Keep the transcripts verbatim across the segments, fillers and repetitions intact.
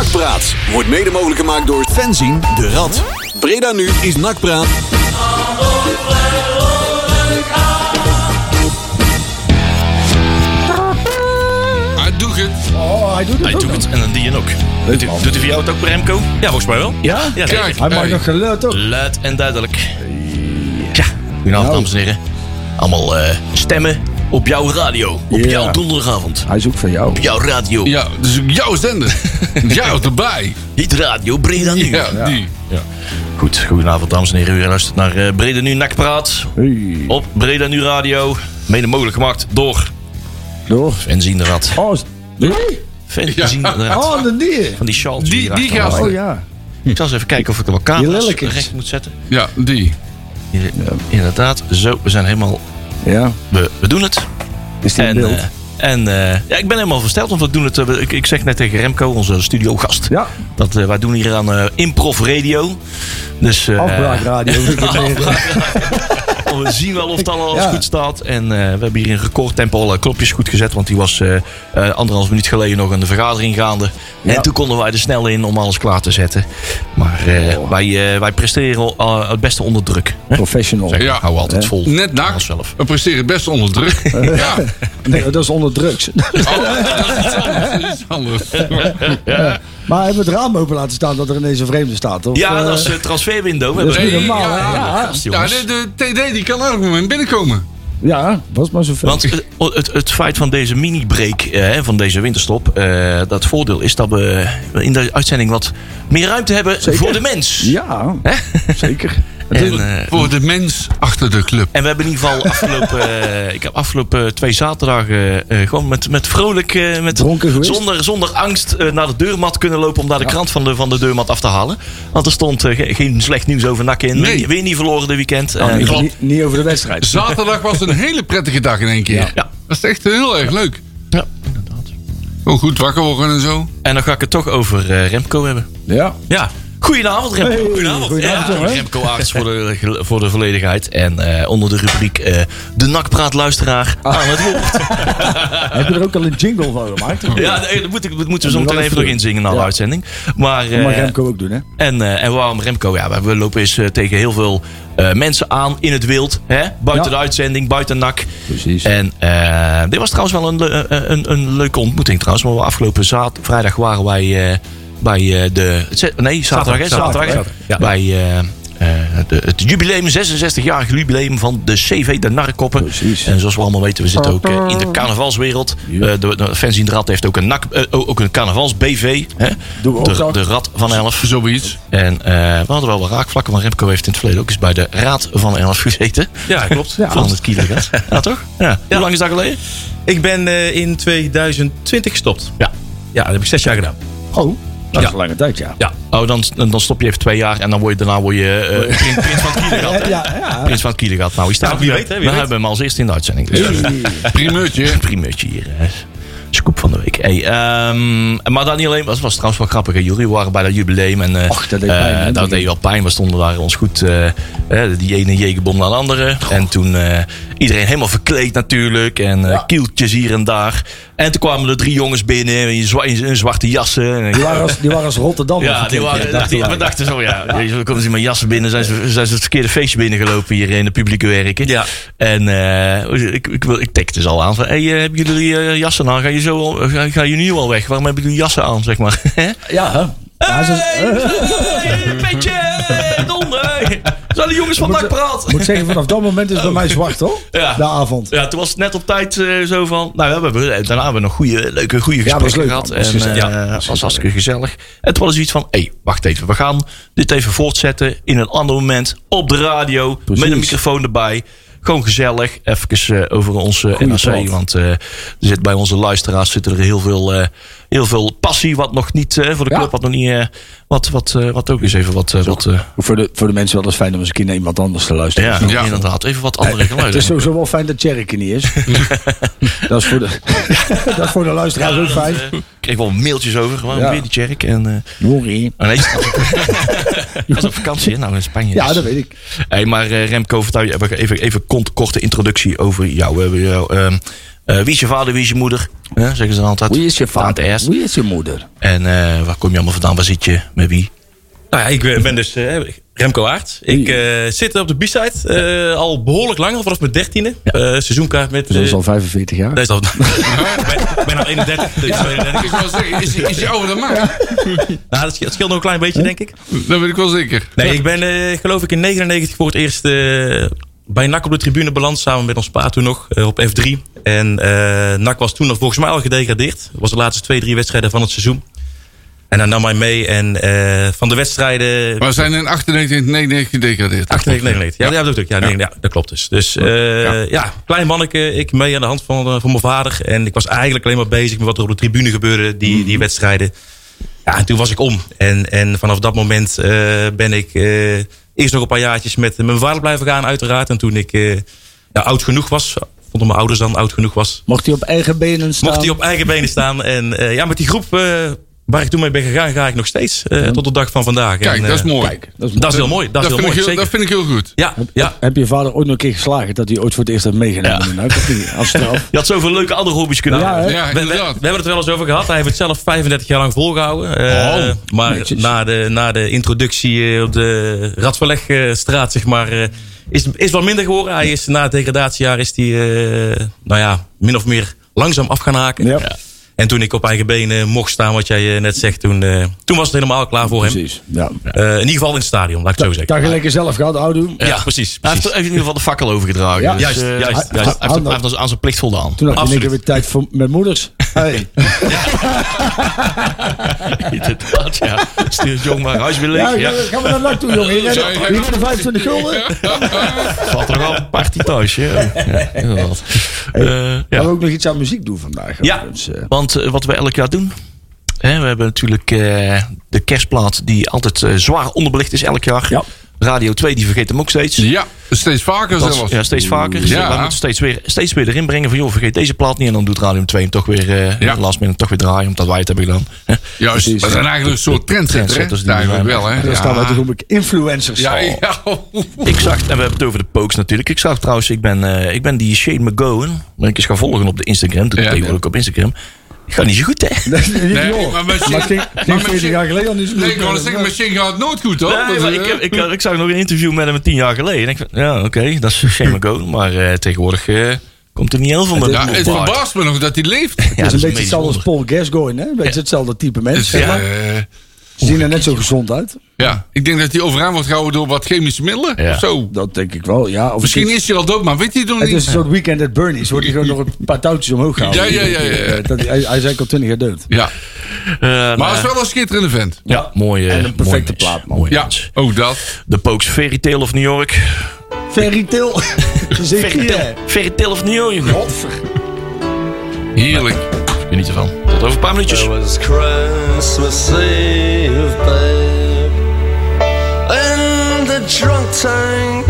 Nakpraat wordt mede mogelijk gemaakt door Fenzien de Rad. Breda nu is Nakpraat. Hij doet het. Oh, hij doet het Hij ook doet nog. het en dan die en ook. Doet hij, doet hij voor jou het ook, Remco? Ja, volgens mij wel. Ja? Ja, Kijk, zeker. Hij maakt hey. nog geluid ook. Luid en duidelijk. Ja, goedenavond Nou. dames en heren. Allemaal uh, stemmen op jouw radio. Op Ja. jouw donderdagavond. Hij is ook van jou. Op jouw radio. Ja, dus jouw zender. Jou erbij. Niet radio, Breda nu. Ja, die. Goed, goedenavond dames en heren. U luistert naar uh, Breda nu Nakpraat. Hey. Op Breda nu radio. Mede mogelijk gemaakt door Door. Fenzien de Rad. Oh, is- nee? Fenzien de Rad. Oh, de dier. Van die Charles. Die- die gast. Oh ja. Ik zal eens even kijken of ik er wat Die camera's lelijkes. recht moet zetten. Ja, die. Hier, inderdaad, zo, we zijn helemaal... Ja. We, we doen het. Is die in En, beeld? eh, en eh, ja, ik ben helemaal versteld, want we doen het. eh, ik, ik zeg net tegen Remco, onze studiogast. Ja. Dat uh, wij doen hier aan uh, Improv Radio. Dus, uh, Afbraakradio. vind ik het meer. we zien wel of het al alles Ja. goed staat. En uh, we hebben hier in recordtempo alle knopjes goed gezet. Want die was uh, uh, anderhalf minuut geleden nog in de vergadering gaande. Ja. En toen konden wij er snel in om alles klaar te zetten. Maar uh, Oh. wij, uh, wij presteren uh, het beste onder druk. Hè? Professional. Ja. Hou altijd Ja. vol. Net nak. Zelf. We presteren het best onder druk. Ja. Nee, dat is onder drugs. Oh, dat is iets anders. Maar hebben we het raam open laten staan dat er ineens een vreemde staat? Of, Ja, eh, dat is uh, transferwindow. We dat is hebben- niet normaal, hè? ja, Ja, gast, Ja, jongens. de, de T D die kan elk moment binnenkomen. ja, was maar zo veel. Want uh, het, het feit van deze mini-break, uh, van deze winterstop, uh, dat voordeel is dat we in de uitzending wat meer ruimte hebben Zeker. voor de mens. Ja, zeker. En, uh, Voor de mens achter de club. en we hebben in ieder geval afgelopen, uh, ik heb afgelopen twee zaterdagen uh, gewoon met, met vrolijk, uh, met, Dronken geweest? zonder, zonder angst uh, naar de deurmat kunnen lopen om daar de krant van de, van de deurmat af te halen. Want er stond uh, ge- geen slecht nieuws over N A C in. Nee. Weer, weer niet verloren de weekend. Nou, En- niet, klopt. niet, niet over de wedstrijd. Zaterdag was een hele prettige dag in één keer. Ja. Ja. Dat is echt heel erg leuk. ja, inderdaad. Gewoon goed wakker worden en zo. En dan ga ik het toch over uh, Remco hebben. Ja. Ja. Goedenavond, Remco. Hey, goedenavond. goedenavond, ja, jongen. Remco Aarts voor de, voor de volledigheid. En uh, onder de rubriek uh, de Nakpraat-luisteraar aan het woord. Heb je er ook al een jingle van gemaakt? Ja, nee, dat, moet ik, dat moeten we zo moet meteen wel even even nog doen. inzingen na de Ja. uitzending. Maar, Dat mag uh, Remco ook doen, hè? en, uh, en waarom Remco? Ja, we lopen eens uh, tegen heel veel uh, mensen aan in het wild. Hè? Buiten Ja. de uitzending, buiten N A C. Precies. En uh, dit was trouwens wel een, le- een, een leuke ontmoeting trouwens. Maar afgelopen zaad, vrijdag waren wij uh, bij uh, de... het ze- Nee, zaterdag. hè? Zaterdag, Zaterdag, hè? zaterdag, Ja. Bij uh, uh, de, het jubileum, zesenzestig-jarig jubileum van de C V de Narrenkoppen. Precies. En zoals we allemaal weten, we zitten ook uh, in de carnavalswereld. Ja. Uh, de de Fenzien de Rad heeft ook een, N A C, uh, ook een carnavals-B V. Hè? Doen we ook De, zo. de Rad van Elf. Zoiets. En uh, we hadden wel wat raakvlakken, maar Remco heeft in het verleden ook eens bij de Raad van Elf gezeten. Ja, klopt. Ja. Van het Kielegat. Ja, toch? Ja. Hoe lang is dat geleden? Ik ben uh, in tweeduizend twintig gestopt. Ja. Ja, dat heb ik zes jaar gedaan. Oh, dat is Ja. een lange tijd, ja. Ja. Oh, dan, dan stop je even twee jaar en dan word je, daarna word je uh, prins, prins van het Kielegat. hè? Ja, ja. Prins van het Kielegat. Nou, wie staat Nou, wie weet, hè, wie We weet. hebben hem als eerste in de uitzending. Dus Hey. Primeurtje. een primeurtje hier. Hè. Scoop van de week. Hey, ehm, maar dat niet alleen. Dat was trouwens wel grappig. Hè, Jury. We waren bij dat jubileum. En, uh, Och, dat deed pijn, hè, uh, dat deed wel pijn. We stonden daar ons goed. Uh, uh, die ene jegerbom naar de andere. En toen uh, iedereen helemaal verkleed natuurlijk. En uh, Ja. kieltjes hier en daar. En toen kwamen er drie jongens binnen. In, zwa- in zwarte jassen. En, Die waren als, die waren als Rotterdam. ja, die waren, die, we dachten zo, ja. Jezus, we komen ze met jassen binnen. Zijn ze, zijn ze het verkeerde feestje binnengelopen hier in de publieke werken. Ja. En uh, ik, ik, ik tekte ze al aan van, hey, uh, hebben jullie uh, jassen aan? Ga je, zo, al- ga, ga je nu al weg? Waarom hebben jullie jassen aan, zeg maar? Ja, hè? Ja, ze- Hey, beetje donder. Zijn de jongens van Moet- Nakpraat? Ik moet zeggen, vanaf dat moment is het bij mij zwart, hoor. Ja. De avond. Ja, toen was het net op tijd uh, zo van... Nou, we hebben, daarna hebben we nog goede, leuke, goede Ja, gesprekken was leuk, gehad. man. Was En gezellig. uh, Ja, was hartstikke gezellig. En toen was zoiets van... Hé, hey, wacht even. We gaan dit even voortzetten in een ander moment. Op de radio. Precies. Met een microfoon erbij. Gewoon gezellig. Even uh, over onze N A C. praat. Want uh, er zit bij onze luisteraars zitten er heel veel, uh, heel veel passie. Wat nog niet uh, voor de Ja. club. Wat nog niet... Uh, wat, wat, uh, wat ook is even wat... Uh, wat uh, Voor de, voor de mensen wel eens fijn om eens een keer naar iemand anders te luisteren. ja, Ja. inderdaad. Even wat andere Het geluiden. is sowieso wel fijn dat Tjerk er niet is. dat, is voor de, dat is voor de luisteraars ook fijn. Ik kreeg wel mailtjes over. Gewoon Ja. weer die Tjerk. En... Uh, Sorry. Oh, nee, je was op vakantie, hè? Nou in Spanje. Ja, dus. dat weet ik. Hey, maar uh, Remco, vertel je even, even, even kort, korte introductie over jou. We hebben jou, uh, Uh, wie is je vader, wie is je moeder? Uh, zeggen ze dan altijd. Wie is je vader? Tante S. Wie is je moeder? En uh, waar kom je allemaal vandaan? Waar zit je? Met wie? Nou ja, ik ben dus uh, Remco Aert. Ik uh, zit op de B-side uh, al behoorlijk lang, al vanaf mijn dertiende. Ja. Uh, seizoenkaart met... Dus dat is al vijfenveertig jaar. Dat is al... Ik ben al eenendertig. Dus Ik wil zeggen, is, is je ouder dan mij? Nou, dat scheelt nog een klein beetje, denk ik. Dat weet ik wel zeker. Nee, ik ben uh, geloof ik in negenennegentig voor het eerst uh, bij N A C op de tribune beland. Samen met ons pa toen nog, uh, op F drie. En uh, N A C was toen nog volgens mij al gedegradeerd. Dat was de laatste twee, drie wedstrijden van het seizoen. En hij nam mij mee en uh, van de wedstrijden... Maar we zijn in achtennegentig en negenennegentig gedegradeerd. achtennegentig, negenennegentig. Ja, ja. ja, dat bedoel ik. Ja, nee, ja. ja, dat klopt dus. Dus uh, ja. ja, klein manneke, ik mee aan de hand van, uh, van mijn vader. En ik was eigenlijk alleen maar bezig met wat er op de tribune gebeurde, die, mm. die wedstrijden. Ja, en toen was ik om. En, en vanaf dat moment uh, ben ik uh, eerst nog een paar jaartjes met mijn vader blijven gaan, uiteraard. En toen ik uh, ja, oud genoeg was... vonden mijn ouders dan oud genoeg was. Mocht hij op eigen benen staan? Mocht hij op eigen benen staan. En uh, ja, met die groep... Uh, waar ik toen mee ben gegaan, ga ik nog steeds. Uh, tot de dag van vandaag. Kijk, en, uh, dat is mooi. Kijk, dat, is, dat is heel mooi. Dat, dat, is heel vind, mooi ik heel, dat vind ik heel goed. Ja, ja. Heb je vader ooit nog een keer geslagen dat hij ooit voor het eerst heeft meegenomen? Ja. In als straf? Je had zoveel leuke andere hobby's kunnen ja, hebben. Ja, we, we, we hebben het er wel eens over gehad. Hij heeft het zelf vijfendertig jaar lang volgehouden. Uh, oh, maar na de, na de introductie op de Radverlegstraat, zeg maar, uh, is, is wel minder geworden. Hij is na het degradatiejaar is hij, uh, nou ja, min of meer langzaam af gaan haken. Ja. Ja. En toen ik op eigen benen mocht staan, wat jij net zegt, toen, uh, toen was het helemaal klaar voor hem. Precies, ja. Uh, in ieder geval in het stadion, laat ik het zo zeggen. Dat je lekker zelf gaat, oudoe. Ja, ja, precies. Hij heeft, heeft in ieder geval de fakkel overgedragen. Ja, dus, juist, uh, juist, juist. Hij, hij, hij, hij heeft aan zijn plicht voldaan. Toen had je weer tijd voor, met moeders. Hey. Inderdaad, ja. Stuur het jong maar huis weer leeg. Ja, ja. Gaan we naar N A C toe, jongen. Hier hebben we vijfentwintig gulden. Valt er nog wel een party thuis, ja. Ja, hey, uh, ja. Gaan we ook nog iets aan muziek doen vandaag? Ja, dus, uh, want uh, wat we elk jaar doen. Hè, we hebben natuurlijk uh, de kerstplaat die altijd uh, zwaar onderbelicht is elk jaar. Ja. Radio twee, die vergeet hem ook steeds. Ja, steeds vaker dat, zelfs. Ja, steeds vaker. Ja. We moeten steeds weer, steeds weer erin brengen van, joh, vergeet deze plaat niet. En dan doet Radio twee hem toch weer, uh, ja. last minute toch weer draaien, omdat wij het hebben gedaan. Juist, we zijn eigenlijk een soort trendsetters. Eigenlijk wel, hè. Daar staan wij toch ook influencers. Ja, ja. Ik zag, en we hebben het over de Pokes natuurlijk. Ik zag trouwens, ik ben, uh, ik ben die Shane McGowan, ben ik eens gaan volgen op de Instagram. Doe ik ja, tegenwoordig ja. op Instagram. Ik ga niet zo goed, hè? Nee, nee, nee maar misschien veertig jaar geleden al niet zo goed. Nee, ik wou zeggen, misschien gaat het nooit goed, hoor. Nee, maar ik, ik, ik, ik zag nog een interview met hem tien jaar geleden. En ik dacht, ja, oké, okay, dat is Shane McGowan. Maar uh, tegenwoordig uh, komt er niet heel veel meer. Ja, het verbaast me nog dat hij leeft. Ja, het is een beetje hetzelfde als Paul Gascoigne, hè? Een beetje ja. hetzelfde type mens. Dus, ja, uh, ze zien er net zo gezond uit. Ja, ik denk dat hij overaan wordt gehouden door wat chemische middelen. Ja. Of zo. Dat denk ik wel, ja. Of Misschien is hij al dood, maar weet hij het nog niet. Het is een soort Weekend at Bernie's. Wordt hij gewoon nog een paar touwtjes omhoog gehouden. Ja, ja, ja. ja, ja. Dat, hij, hij is eigenlijk al twintig jaar dood. Ja. Uh, maar hij is wel een schitterende vent. Ja, ja mooie. En een perfecte mooi plaat, man. Mooi ja, ook dat. De Pokes Fairy Tale of New York. Fairy Tale? Fairy Tale. Fairy Tale of New York. Godver. Heerlijk. Geniet ervan. Tot over een paar minuutjes. It was Christmas Eve, babe. In the drunk tank,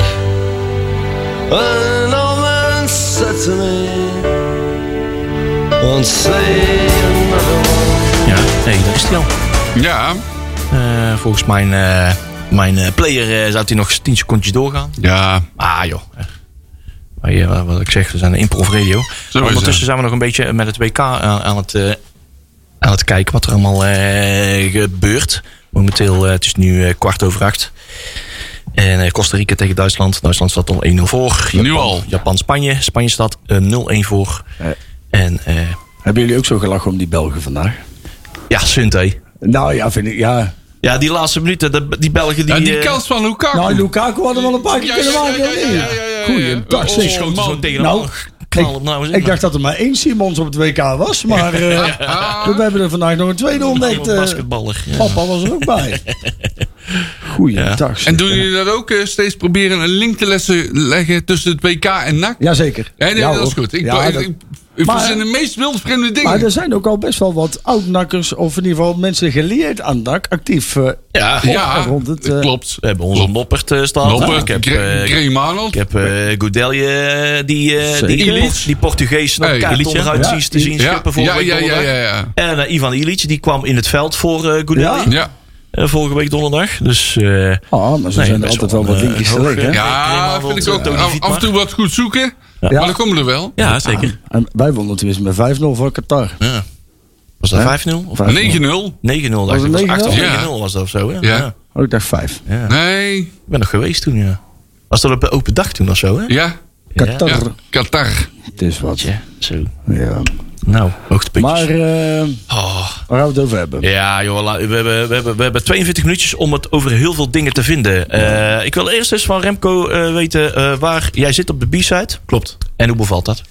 an old man said to me, won't say another one. Ja, nee, daar is hij al. Ja. Uh, volgens mijn, uh, mijn uh, player uh, zou hij nog tien secondjes doorgaan. Ja. Ah joh. Maar uh, wat ik zeg, we zijn een improv radio. Ondertussen zijn we nog een beetje met het W K aan, aan, het, uh, aan het kijken wat er allemaal uh, gebeurt. Momenteel, uh, het is nu uh, kwart over acht. En uh, Costa Rica tegen Duitsland. Duitsland staat al één nul voor. Japan, nu al. Japan-Spanje. Spanje staat uh, nul één voor. Uh, en, uh, hebben jullie ook zo gelachen om die Belgen vandaag? Ja, Sunte. Nou ja, vind ik, ja... Ja, die laatste minuten, de, die Belgen die... Ja, die uh, kans van Lukaku. Nou, Lukaku hadden wel een paar keer ja, kunnen ja, maken. Ja, ja, ja, ja, ja, ja. Goeiedag, zeg. Oh, schoten zo tegen nou, knal op nou eens. Ik dacht dat er maar één Simons op het W K was, maar uh, ja. we hebben er vandaag nog een tweede ontdekt. Een basketballer. Ja. Papa was er ook bij. Goeiedag. Ja. En doen jullie dat ook? Uh, steeds proberen een link te lessen, leggen tussen het W K en N A C? Jazeker. Ja, nee, ja, dat is goed. Ik, ja, ik, dat... ik, ik maar, verzin de meest wilde vreemde dingen. Maar er zijn ook al best wel wat oud-nakkers, of in ieder geval mensen geleerd aan N A C, actief uh, ja, op, ja rond het... Uh, klopt. We hebben onze Noppert uh, staan. Noppert, ik heb Graham Arnold. Ik heb uh, Goudelje, die, uh, die, die, die Portugees nog hey, kaarton eruit ja. te zien ja. schippen voor ja, ja, ja, ja, ja. En uh, Ivan Ilic, die kwam in het veld voor uh, Goudelje. Ja. Ja. Uh, vorige week donderdag. Dus, uh, oh, maar zo nee, zijn er altijd wel wat uh, linkjes te leggen. Hè? Ja, vind ik ook. Af, af en toe wat goed zoeken. Ja. Maar dan komen er wel. Ja, zeker. Ah, en wij wonnen tenminste met vijf nul voor Qatar. Ja. Was dat vijf nul? Of negen nul. negen nul, dacht ik. Was acht of negen nul was dat of zo, hè? Ja. Ja. Oh, ik dacht vijf. Ja. Nee. Ik ben nog geweest toen, ja. Was dat op de open dag toen of zo, hè? Ja. Qatar. Ja. Qatar. Het is wat. Ja, zo. Ja. Nou, hoogtepuntjes. Maar, uh, oh. waar gaan we het over hebben? Ja, joh, we hebben, we, hebben, we hebben tweeënveertig minuutjes om het over heel veel dingen te vinden. Uh, ik wil eerst eens van Remco uh, weten uh, waar jij zit op de B-side. Klopt. En hoe bevalt dat?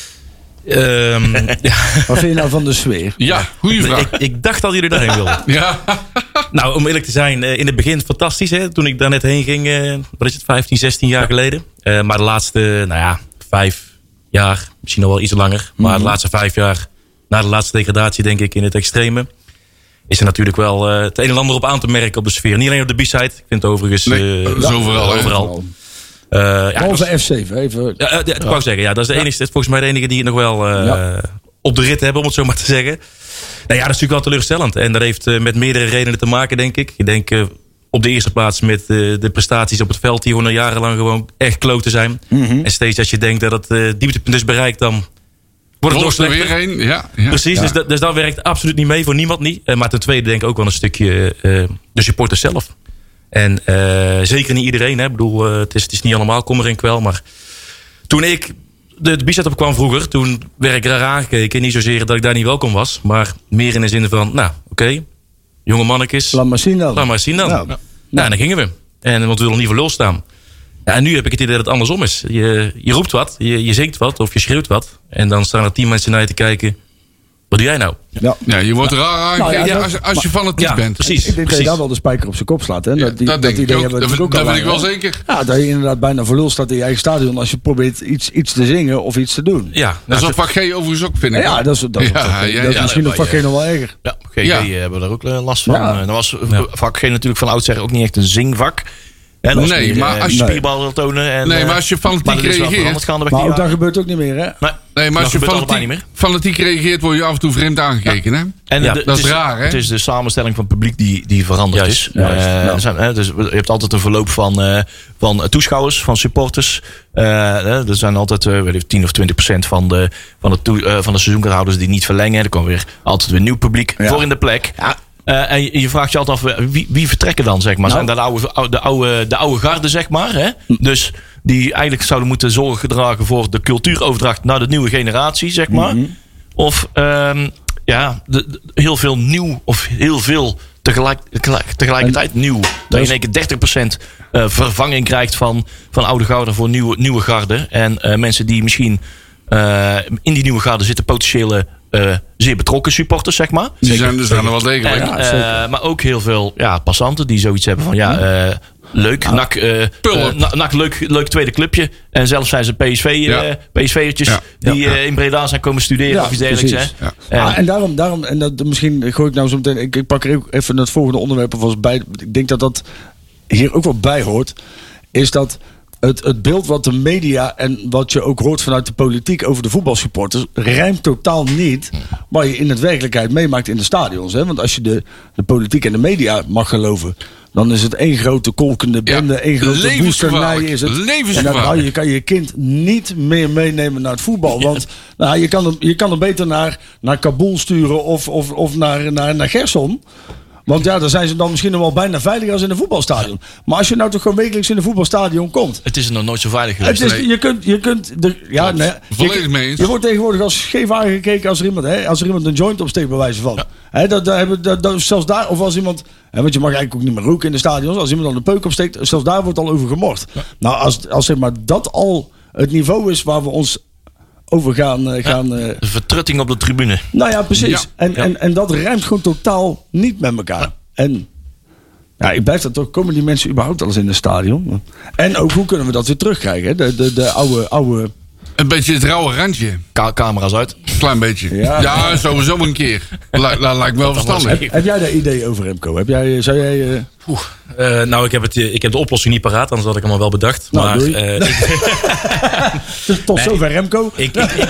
Um, ja. Wat vind je nou van de sfeer? Ja, goede vraag. Ik, ik dacht dat jullie daarheen wilden. Ja. Nou, om eerlijk te zijn, in het begin fantastisch. Hè, toen ik daar net heen ging, wat is het, vijftien, zestien jaar geleden. Uh, maar de laatste, nou ja, vijf jaar, misschien nog wel iets langer. Maar mm-hmm. de laatste vijf jaar, na de laatste degradatie denk ik in het extreme, is er natuurlijk wel uh, het een en ander op aan te merken op de sfeer. Niet alleen op de B-side, ik vind het overigens nee, uh, ja, overal. overal. Uh, ja, Behalve F zeven, even. Ja, uh, dat wou ik zeggen. Ja, dat is de enige, volgens mij de enige die het nog wel uh, ja. op de rit hebben, om het zo maar te zeggen. Nou ja, dat is natuurlijk wel teleurstellend. En dat heeft uh, met meerdere redenen te maken, denk ik. Ik denk uh, op de eerste plaats met uh, de prestaties op het veld, die gewoon jarenlang gewoon echt kloten zijn. Mm-hmm. En steeds als je denkt dat het uh, dieptepunt is bereikt, dan wordt het nog slechter. Er weer een. Ja, ja. Precies, ja. Dus, dat, dus dat werkt absoluut niet mee voor niemand niet. Uh, maar ten tweede denk ik ook wel een stukje uh, de supporters zelf. En uh, zeker niet iedereen. Hè. Ik bedoel, uh, het, is, het is niet allemaal kommer en kwel. Maar toen ik de, de B-side op kwam vroeger, toen werd ik raar aangekeken. Niet zozeer dat ik daar niet welkom was. Maar meer in de zin van, nou, oké. Okay, jonge mannetjes. Laat maar zien dan. Laat maar zien dan. Nou, nou. nou en dan gingen we. En want we willen niet voor lul staan. Ja, en nu heb ik het idee dat het andersom is. Je, je roept wat, je, je zingt wat of je schreeuwt wat. En dan staan er tien mensen naar je te kijken. Wat doe jij nou? Ja, ja je wordt raar aangekeken nou ja, als, als je fanatiek ja, bent. Precies. Ik denk precies. dat je daar wel de spijker op zijn kop slaat. Hè? Ja, dat die, dat, dat denk ik ook. Dat, dat, dat weet ik wel zeker. Ja, dat je inderdaad bijna voor lul staat in je eigen stadion als je probeert iets, iets te zingen of iets te doen. Ja, dat is op vak G overigens ook, vind ik. Ja, dat is, dat is, ja, dat ja, is ja, misschien ja, op vak G nog wel erger. Ja, G G ja. hebben we daar ook last van. Ja. Dat was ja. vak G natuurlijk van oudsher ook niet echt een zingvak. Hè, dat nee, meer, maar uh, als je spierbal wil tonen. En, nee, maar als je fanatiek reageert. Maar ook dat gebeurt ook niet meer, hè? Nee, nee maar als je fanatiek, fanatiek reageert, word je af en toe vreemd aangekeken, ja. hè? En ja, de, dat is, is raar, hè? Het is de samenstelling van het publiek die, die veranderd juist, is. Juist, uh, ja. zijn, hè, dus je hebt altijd een verloop van, uh, van toeschouwers, van supporters. Uh, er zijn altijd uh, weet ik, tien of twintig procent van de, van de, toe, uh, van de seizoenkaarthouders die niet verlengen. Er komt weer altijd weer nieuw publiek ja. voor in de plek. Ja. Uh, en je, je vraagt je altijd af, wie, wie vertrekken dan, zeg maar? Nou. Zijn dat de oude, de, oude, de oude garde, zeg maar? Hè? Hm. Dus die eigenlijk zouden moeten zorgen dragen voor de cultuuroverdracht naar de nieuwe generatie, zeg maar. Mm-hmm. Of um, ja, de, de, heel veel nieuw, of heel veel tegelijk, tegelijkertijd en, nieuw. Dat je in één keer dertig procent uh, vervanging krijgt van, van oude garde voor nieuwe, nieuwe garde. En uh, mensen die misschien uh, in die nieuwe garde zitten, potentiële Uh, zeer betrokken supporters, zeg maar. Die zijn, er zijn er wel degelijk. En, uh, maar ook heel veel ja, passanten die zoiets hebben van ja, uh, leuk, ja. Nak, uh, uh, nak leuk, leuk tweede clubje. En zelfs zijn ze P S V, ja. uh, P S V'ertjes ja. die uh, in Breda zijn komen studeren ja, of iets dergelijks. Hè? Ja. En, ah, en daarom, daarom en dat, misschien gooi ik nou zo meteen, ik, ik pak er ook even het volgende onderwerp alvast bij. Ik denk dat dat hier ook wel bij hoort, is dat Het, het beeld wat de media en wat je ook hoort vanuit de politiek over de voetbalsupporters rijmt totaal niet wat je in het werkelijkheid meemaakt in de stadions. Hè? Want als je de, de politiek en de media mag geloven, dan is het één grote kolkende bende, ja, één grote woesternij is het. En dan kan je, kan je kind niet meer meenemen naar het voetbal. Want nou, je, kan hem, je kan hem beter naar, naar Kabul sturen of, of, of naar, naar, naar Gerson. Want ja, dan zijn ze dan misschien nog wel bijna veiliger als in een voetbalstadion. Maar als je nou toch gewoon wekelijks in een voetbalstadion komt. Het is er nog nooit zo veilig geweest. Het is, je kunt, je kunt, de, ja, nee, volledig mee eens. Je wordt tegenwoordig als scheef aangekeken als er iemand, hè, als er iemand een joint opsteekt bij wijze van. Ja. Hè, dat, dat, dat, dat, zelfs daar, of als iemand, hè, want je mag eigenlijk ook niet meer roken in de stadions. Als iemand dan een peuk opsteekt, zelfs daar wordt al over gemord. Ja. Nou, als, als zeg maar dat al het niveau is waar we ons over gaan... Uh, gaan uh, de vertrutting op de tribune. Nou ja, precies. Ja. En, ja. En, en dat rijmt gewoon totaal niet met elkaar. Ja. En ja, ik blijf dat toch. Komen die mensen überhaupt al eens in een stadion? En ook hoe kunnen we dat weer terugkrijgen? Hè? De, de, de oude, oude... Een beetje het rauwe randje. Ka- camera's uit. Klein beetje. Ja, ja sowieso een keer. Dat La, lijkt me wel verstandig. Heb, heb jij daar idee over, Remco? Heb jij, zou jij... Uh... Oeh, uh, nou, ik heb, het, ik heb de oplossing niet paraat, anders had ik hem al wel bedacht. Nou, maar, uh, ik... Tot nee, zover, Remco. Ik, ik, ik,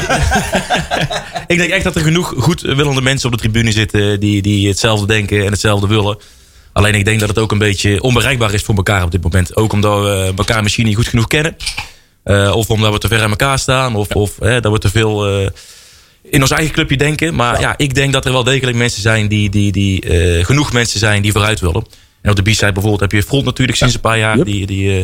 ik denk echt dat er genoeg goedwillende mensen op de tribune zitten die, die hetzelfde denken en hetzelfde willen. Alleen ik denk dat het ook een beetje onbereikbaar is voor elkaar op dit moment. Ook omdat we elkaar misschien niet goed genoeg kennen. Uh, of omdat we te ver aan elkaar staan. Of, ja. of uh, dat we te veel uh, in ons eigen clubje denken. Maar ja. ja, ik denk dat er wel degelijk mensen zijn die, die, die uh, genoeg mensen zijn die vooruit willen. En op de B-side bijvoorbeeld heb je Front natuurlijk sinds een paar jaar. Yep. Die, die uh,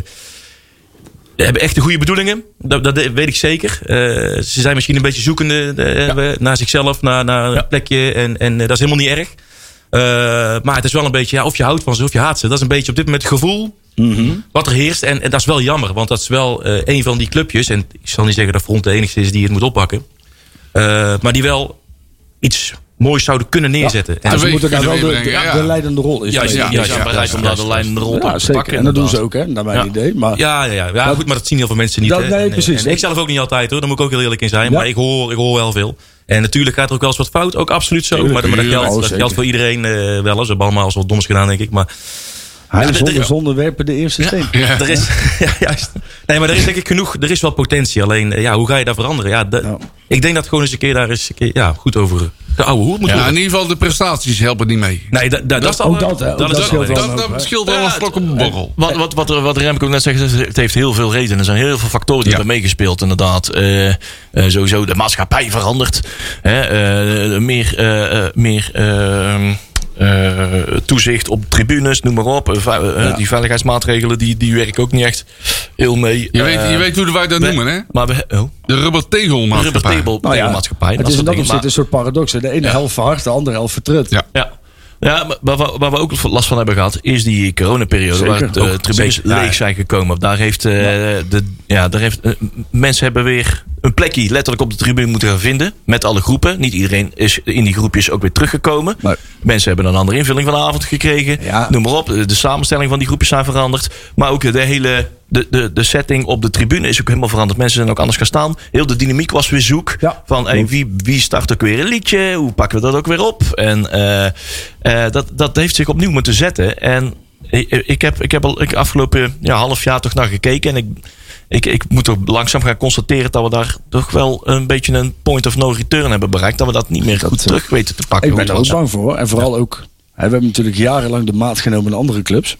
hebben echt de goede bedoelingen. Dat, dat weet ik zeker. Uh, ze zijn misschien een beetje zoekende uh, ja. naar zichzelf, naar, naar ja. een plekje. En, en uh, dat is helemaal niet erg. Uh, maar het is wel een beetje, ja, of je houdt van ze of je haat ze. Dat is een beetje op dit moment het gevoel mm-hmm. wat er heerst. En, en dat is wel jammer, want dat is wel uh, een van die clubjes. En ik zal niet zeggen dat Front de enige is die het moet oppakken. Uh, maar die wel iets moois zouden kunnen neerzetten. Ja, en ze moeten daar wel de, de, ja. de leidende rol is. Ja, ja, ja, ja, bereid ja, om daar de leidende rol ja, te pakken. En dat doen ze ook, hè, naar mijn ja. idee. Maar, ja, ja, ja. ja dat, goed, maar dat zien heel veel mensen niet. Dat, nee, en, precies. En ik zelf ook niet altijd, hoor. Daar moet ik ook heel eerlijk in zijn. Ja. Maar ik hoor, ik hoor wel veel. En natuurlijk gaat er ook wel eens wat fout. Ook absoluut zo. Tuurlijk, maar, maar dat, geldt, dat geldt voor iedereen uh, wel eens. We hebben allemaal eens wat doms gedaan, denk ik. Maar hij ja, zonder, zonder werpen de eerste steen. Ja, ja. Er is, ja, juist. Nee, maar er is denk ik genoeg. Er is wel potentie. Alleen, ja, hoe ga je daar veranderen? Ja, de, ja. Ik denk dat gewoon eens een keer daar eens een keer, ja, goed over de oude hoed moet ja, worden. in ieder geval de prestaties helpen niet mee. Nee, da, da, dat, dat is al. Ook dat, hè? Dat, dat, dat, dat, dat, dat scheelt wel ja, een slok op een borrel. Wat, wat, wat, wat Remco ook net zegt, het heeft heel veel redenen. Er zijn heel veel factoren die ja. hebben meegespeeld, inderdaad. Uh, uh, sowieso de maatschappij verandert. Hè? Uh, meer, uh, meer uh, Uh, toezicht op tribunes, noem maar op. Uh, ja. Die veiligheidsmaatregelen die, die werken ook niet echt heel mee. Je, uh, weet, je weet hoe wij dat we, noemen, hè? Maar we, oh. De rubbertegelmaatschappij. De rubbertegelmaatschappij. Nou ja, het is in dat opzicht een soort paradox. De ene ja. helft verhard, de andere helft vertrut. Ja. ja. Ja, maar waar, waar we ook last van hebben gehad, is die coronaperiode. Zeker. Waar de tribunes leeg zijn gekomen. Daar heeft, uh, ja. de, ja, daar heeft uh, mensen hebben weer een plekje letterlijk op de tribune moeten gaan vinden. Met alle groepen. Niet iedereen is in die groepjes ook weer teruggekomen. Nee. Mensen hebben een andere invulling van de avond gekregen. Ja. Noem maar op. De, de samenstelling van die groepjes zijn veranderd. Maar ook de hele de, de, de setting op de tribune is ook helemaal veranderd. Mensen zijn ook anders gaan staan. Heel de dynamiek was weer zoek. Ja. Van hey, wie, wie start ook weer een liedje? Hoe pakken we dat ook weer op? En uh, uh, dat, dat heeft zich opnieuw moeten zetten. En ik, ik heb, ik heb al ik afgelopen ja, half jaar toch naar gekeken. En ik, ik, ik moet ook langzaam gaan constateren dat we daar toch wel een beetje een point of no return hebben bereikt. Dat we dat niet meer dat, goed terug weten te pakken. Ik ben er ook bang voor. En vooral ook, hè, we hebben natuurlijk jarenlang de maat genomen in andere clubs.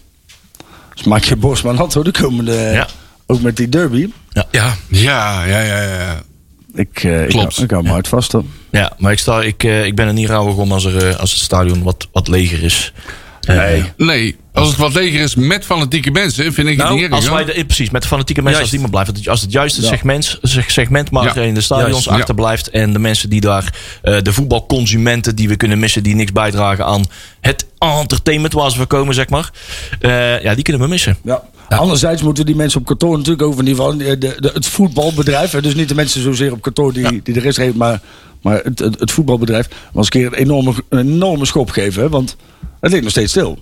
Dus maak je borst maar nat hoor, de komende, ja. ook met die derby. Ja, ja, ja, ja. ja, ja. Ik, uh, Klopt. Ik, ik hou me hard vast hoor. Ja, maar ik, sta, ik, uh, ik ben er niet rouwig om als, er, uh, als het stadion wat, wat leger is. Nee. Uh, nee, als het wat leger is met fanatieke mensen, vind ik nou, het niet erg. Als wij de, precies, met de fanatieke mensen, juist. Als die maar blijft. Als het juiste ja. segment, segment maar ja. in de stadions juist. achterblijft. En de mensen die daar, uh, de voetbalconsumenten die we kunnen missen, die niks bijdragen aan het entertainment waar we komen, zeg maar. Uh, ja, die kunnen we missen. Ja. Ja. Anderzijds moeten die mensen op kantoor natuurlijk over in ieder geval de, de, het voetbalbedrijf. Dus niet de mensen zozeer op kantoor die, ja. die de rest geven, maar, maar het, het, het voetbalbedrijf. Maar eens een keer een enorme, een enorme schop geven. Hè, want het ligt nog steeds stil.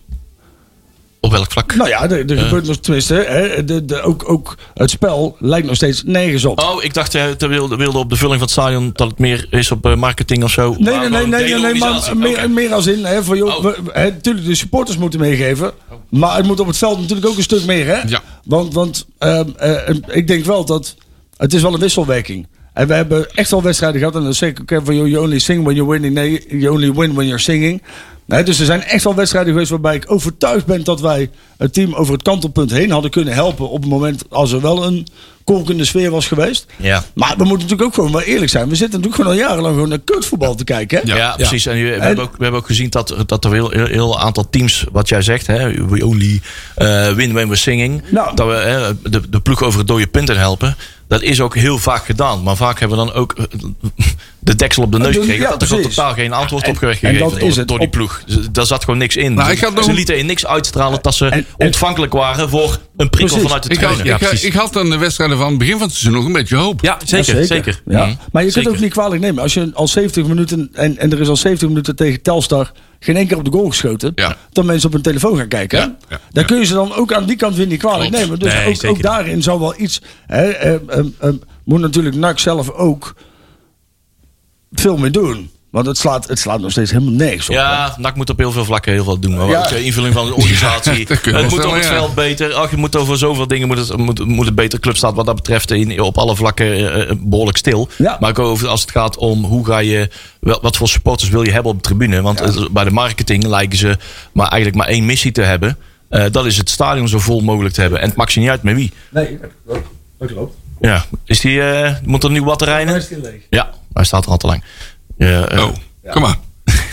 Op welk vlak? Nou ja, er, er uh. gebeurt nog tenminste. Hè, de, de, ook, ook het spel lijkt nog steeds nergens op. Oh, ik dacht, je wilde, wilde op de vulling van het stadion dat het meer is op uh, marketing of zo. Nee, nee, nee, nee, nee, nee maar meer, okay. meer als in. Hè, voor, joh, oh. we, hè, natuurlijk, de supporters moeten meegeven. Oh. Maar het moet op het veld natuurlijk ook een stuk meer. Hè? Ja. Want, want uh, uh, ik denk wel dat het is wel een wisselwerking. En we hebben echt wel wedstrijden gehad. En dan zeg ik ook even van, you only sing when you're winning. Nee, you only win when you're singing. Nee, dus er zijn echt wel wedstrijden geweest waarbij ik overtuigd ben dat wij het team over het kantelpunt heen hadden kunnen helpen. Op het moment als er wel een kolkende sfeer was geweest. Ja. Maar we moeten natuurlijk ook gewoon wel eerlijk zijn. We zitten natuurlijk gewoon al jarenlang gewoon naar kutvoetbal te kijken. Hè? Ja, ja, precies. En we, en hebben ook, we hebben ook gezien dat, dat er heel, heel, heel aantal teams, wat jij zegt, hè, we only uh, win when we're singing. Nou. Dat we hè, de, de ploeg over het dode punt in helpen. Dat is ook heel vaak gedaan. Maar vaak hebben we dan ook de deksel op de neus gekregen. Ja, dat er gewoon totaal geen antwoord op werd gegeven door, is het door die op... ploeg. Dus daar zat gewoon niks in. Nou, ze, ze lieten in niks uitstralen dat ze en, en, ontvankelijk waren voor een prikkel precies. vanuit de trainer. Ik, ja, ik, ik had aan de wedstrijden van het begin van het seizoen nog een beetje hoop. Ja, zeker. Ja, zeker. zeker. Ja. Mm. Maar je zeker. kunt ook niet kwalijk nemen. Als je al zeventig minuten en, en er is al zeventig minuten tegen Telstar geen één keer op de goal geschoten. Ja. Dan mensen op hun telefoon gaan kijken. Ja. Ja. Daar kun je ze dan ook aan die kant weer niet kwalijk Klopt. nemen. Dus nee, ook, ook daarin zou wel iets... Hè, eh, eh, eh, moet natuurlijk N A C zelf ook veel meer doen. Want het slaat, het slaat nog steeds helemaal nergens op. Ja, N A C moet op heel veel vlakken heel veel doen. Maar Ja. ook de invulling van de organisatie. Ja, dat kun je het wel moet op het stellen, ja. veld beter. Ach, je moet over zoveel dingen moet het, moet, moet het beter. Club staat wat dat betreft in, op alle vlakken uh, behoorlijk stil. Ja. Maar ook over, als het gaat om hoe ga je... Wel, wat voor supporters wil je hebben op de tribune? Want uh, bij de marketing lijken ze maar eigenlijk maar één missie te hebben. Uh, dat is het stadion zo vol mogelijk te hebben. En het maakt ze niet uit met wie. Nee, dat, dat klopt. Ja. Is die, uh, moet er nu batterij in? Ja, hij staat er al te lang. Uh, uh, Oh, kom maar.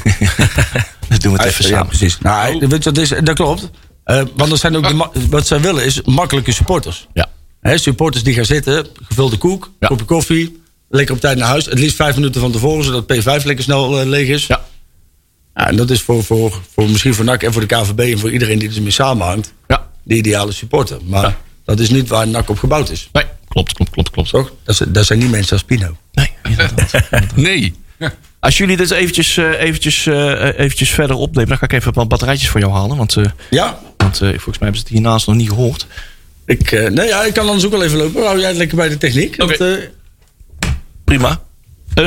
Dus doen we het even Ja, samen. precies. Nou, weet je, dat, is, dat klopt. Uh, want er zijn ook de ma- wat zij willen is makkelijke supporters. Ja. Hè, supporters die gaan zitten, gevulde koek, Ja. kopje koffie, lekker op tijd naar huis. Het liefst vijf minuten van tevoren, zodat P vijf lekker snel uh, leeg is. Ja. Ja, en dat is voor, voor, voor misschien voor N A C en voor de K V B en voor iedereen die ermee samenhangt, Ja. de ideale supporter. Maar Ja. dat is niet waar N A C op gebouwd is. Nee, klopt, klopt, klopt, klopt. Toch? Dat, is, dat zijn niet mensen als Pino. Nee, inderdaad. Nee. Als jullie dit eventjes, uh, eventjes, uh, eventjes verder opnemen, dan ga ik even wat batterijtjes voor jou halen. Want, uh, Ja, want uh, volgens mij hebben ze het hiernaast nog niet gehoord. ik, uh, nee, ja, ik kan anders ook wel even lopen. Hou jij lekker bij de techniek. Oké. Want, uh, Prima. Uh,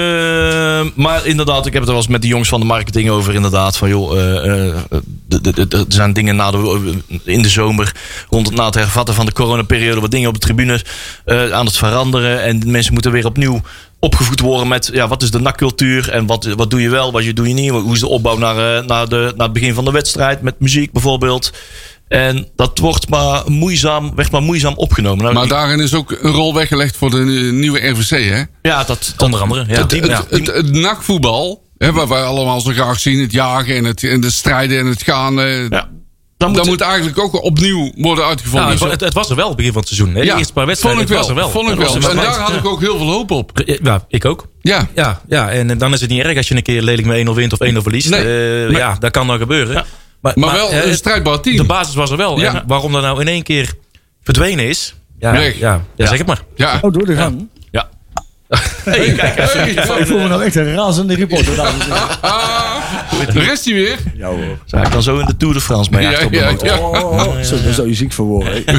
maar inderdaad, ik heb het er wel eens met de jongens van de marketing over. Inderdaad, van joh, uh, uh, de, de, de, er zijn dingen na de, in de zomer, rond het na het hervatten van de coronaperiode, wat dingen op de tribunes uh, aan het veranderen. En mensen moeten weer opnieuw opgevoed worden met ja, wat is de N A C-cultuur en wat, wat doe je wel, wat doe je niet. Hoe is de opbouw naar, uh, naar, de, naar het begin van de wedstrijd met muziek bijvoorbeeld. En dat wordt maar moeizaam, werd maar moeizaam opgenomen. Nou, Maar ik- daarin is ook een rol weggelegd voor de nieuwe R V C, hè? ja, dat, Onder andere. Ja. Het, Die- het, ja. het, het N A C-voetbal, hè, waar wij allemaal zo graag zien, het jagen en het, en het strijden en het gaan. Eh, ja, dan dat moet, moet eigenlijk ook opnieuw worden uitgevonden. Nou, het, het, het was er wel het begin van het seizoen. Hè? De Ja, eerste paar vond wedstrijden ik wel. was er wel. Vond ik Dat wel. was En er daar had ja. ik ook heel veel hoop op. Ja, ik ook. Ja. Ja, ja, en dan is het niet erg als je een keer lelijk met één nul wint of één nul verliest. Nee. Uh, Nee. Ja, dat kan dan gebeuren. Ja. Maar wel eh, een strijdbaar team. De basis was er wel. Ja. En waarom dat nou in één keer verdwenen is. Ja, Weg. ja, ja, zeg het maar. Ja. oh, door de gang. ja. Hey, kijk even. Hey, Ik voel me nou echt een razende reporter. dames en heren. ah, daar is hij weer. Ja hoor. Zou ik dan zo in de Tour de France mee Ja, achter op de ja, motor? ja. Oh, zo, daar zou je ziek voor worden. hè.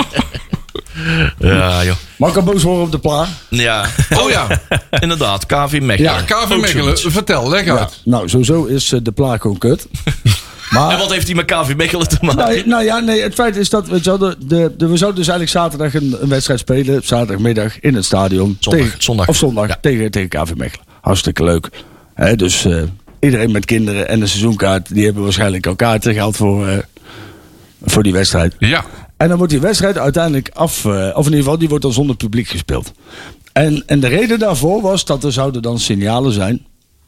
Ja, joh. Mag ik al boos worden op de plaat? Ja. Oh ja. Inderdaad, K V Mechelen. Ja, K V Ook Mechelen. zoiets. Vertel, leg Ja. uit. Nou, sowieso is eh, de plaat gewoon kut. En Maar, wat heeft hij met K V Mechelen te maken? nou, nou ja, nee, het feit is dat weet je wel, de, de, de, we zouden dus eigenlijk zaterdag een, een wedstrijd spelen. Zaterdagmiddag in het stadion. Zondag, Tegen- zondag. Of zondag Ja. tegen, tegen K V Mechelen. Hartstikke leuk. Hè, dus eh, iedereen met kinderen en een seizoenkaart, die hebben waarschijnlijk al kaarten gehaald voor, eh, voor die wedstrijd. Ja. En dan wordt die wedstrijd uiteindelijk af, eh, of in ieder geval, die wordt dan zonder publiek gespeeld. En, en de reden daarvoor was dat er zouden dan signalen zijn.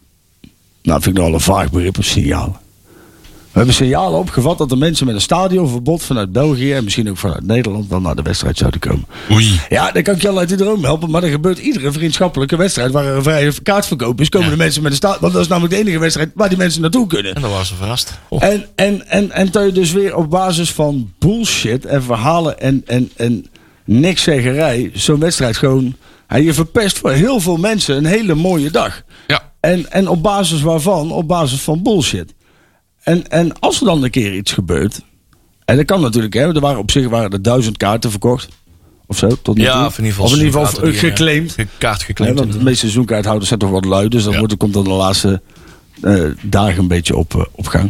Nou, vind ik nog wel een vaag begrip, signalen. We hebben signalen opgevat dat er mensen met een stadionverbod vanuit België en misschien ook vanuit Nederland dan naar de wedstrijd zouden komen. Oei. Ja, dan kan ik je al uit de droom helpen, maar er gebeurt iedere vriendschappelijke wedstrijd waar er een vrije kaartverkoop is, komen de mensen met een stadion. Want dat is namelijk de enige wedstrijd waar die mensen naartoe kunnen. En dan waren ze verrast. Oh. En, en, en, en dat je dus weer op basis van bullshit en verhalen en, en, en nikszeggerij zo'n wedstrijd gewoon. Ja, je verpest voor heel veel mensen een hele mooie dag. Ja. En, en op basis waarvan? Op basis van bullshit. En, en als er dan een keer iets gebeurt. En dat kan natuurlijk, hè. Er waren op zich waren er duizend kaarten verkocht. Of zo, tot nu toe. Ja, of in ieder geval, Of in ieder geval kaarten die, eh, geclaimd. ge- Kaart Ja, geclaimd. want de meeste seizoenkaarthouders zijn toch wat lui. Dus dan Ja. wordt, komt dan de laatste eh, dagen een beetje op, eh, op gang.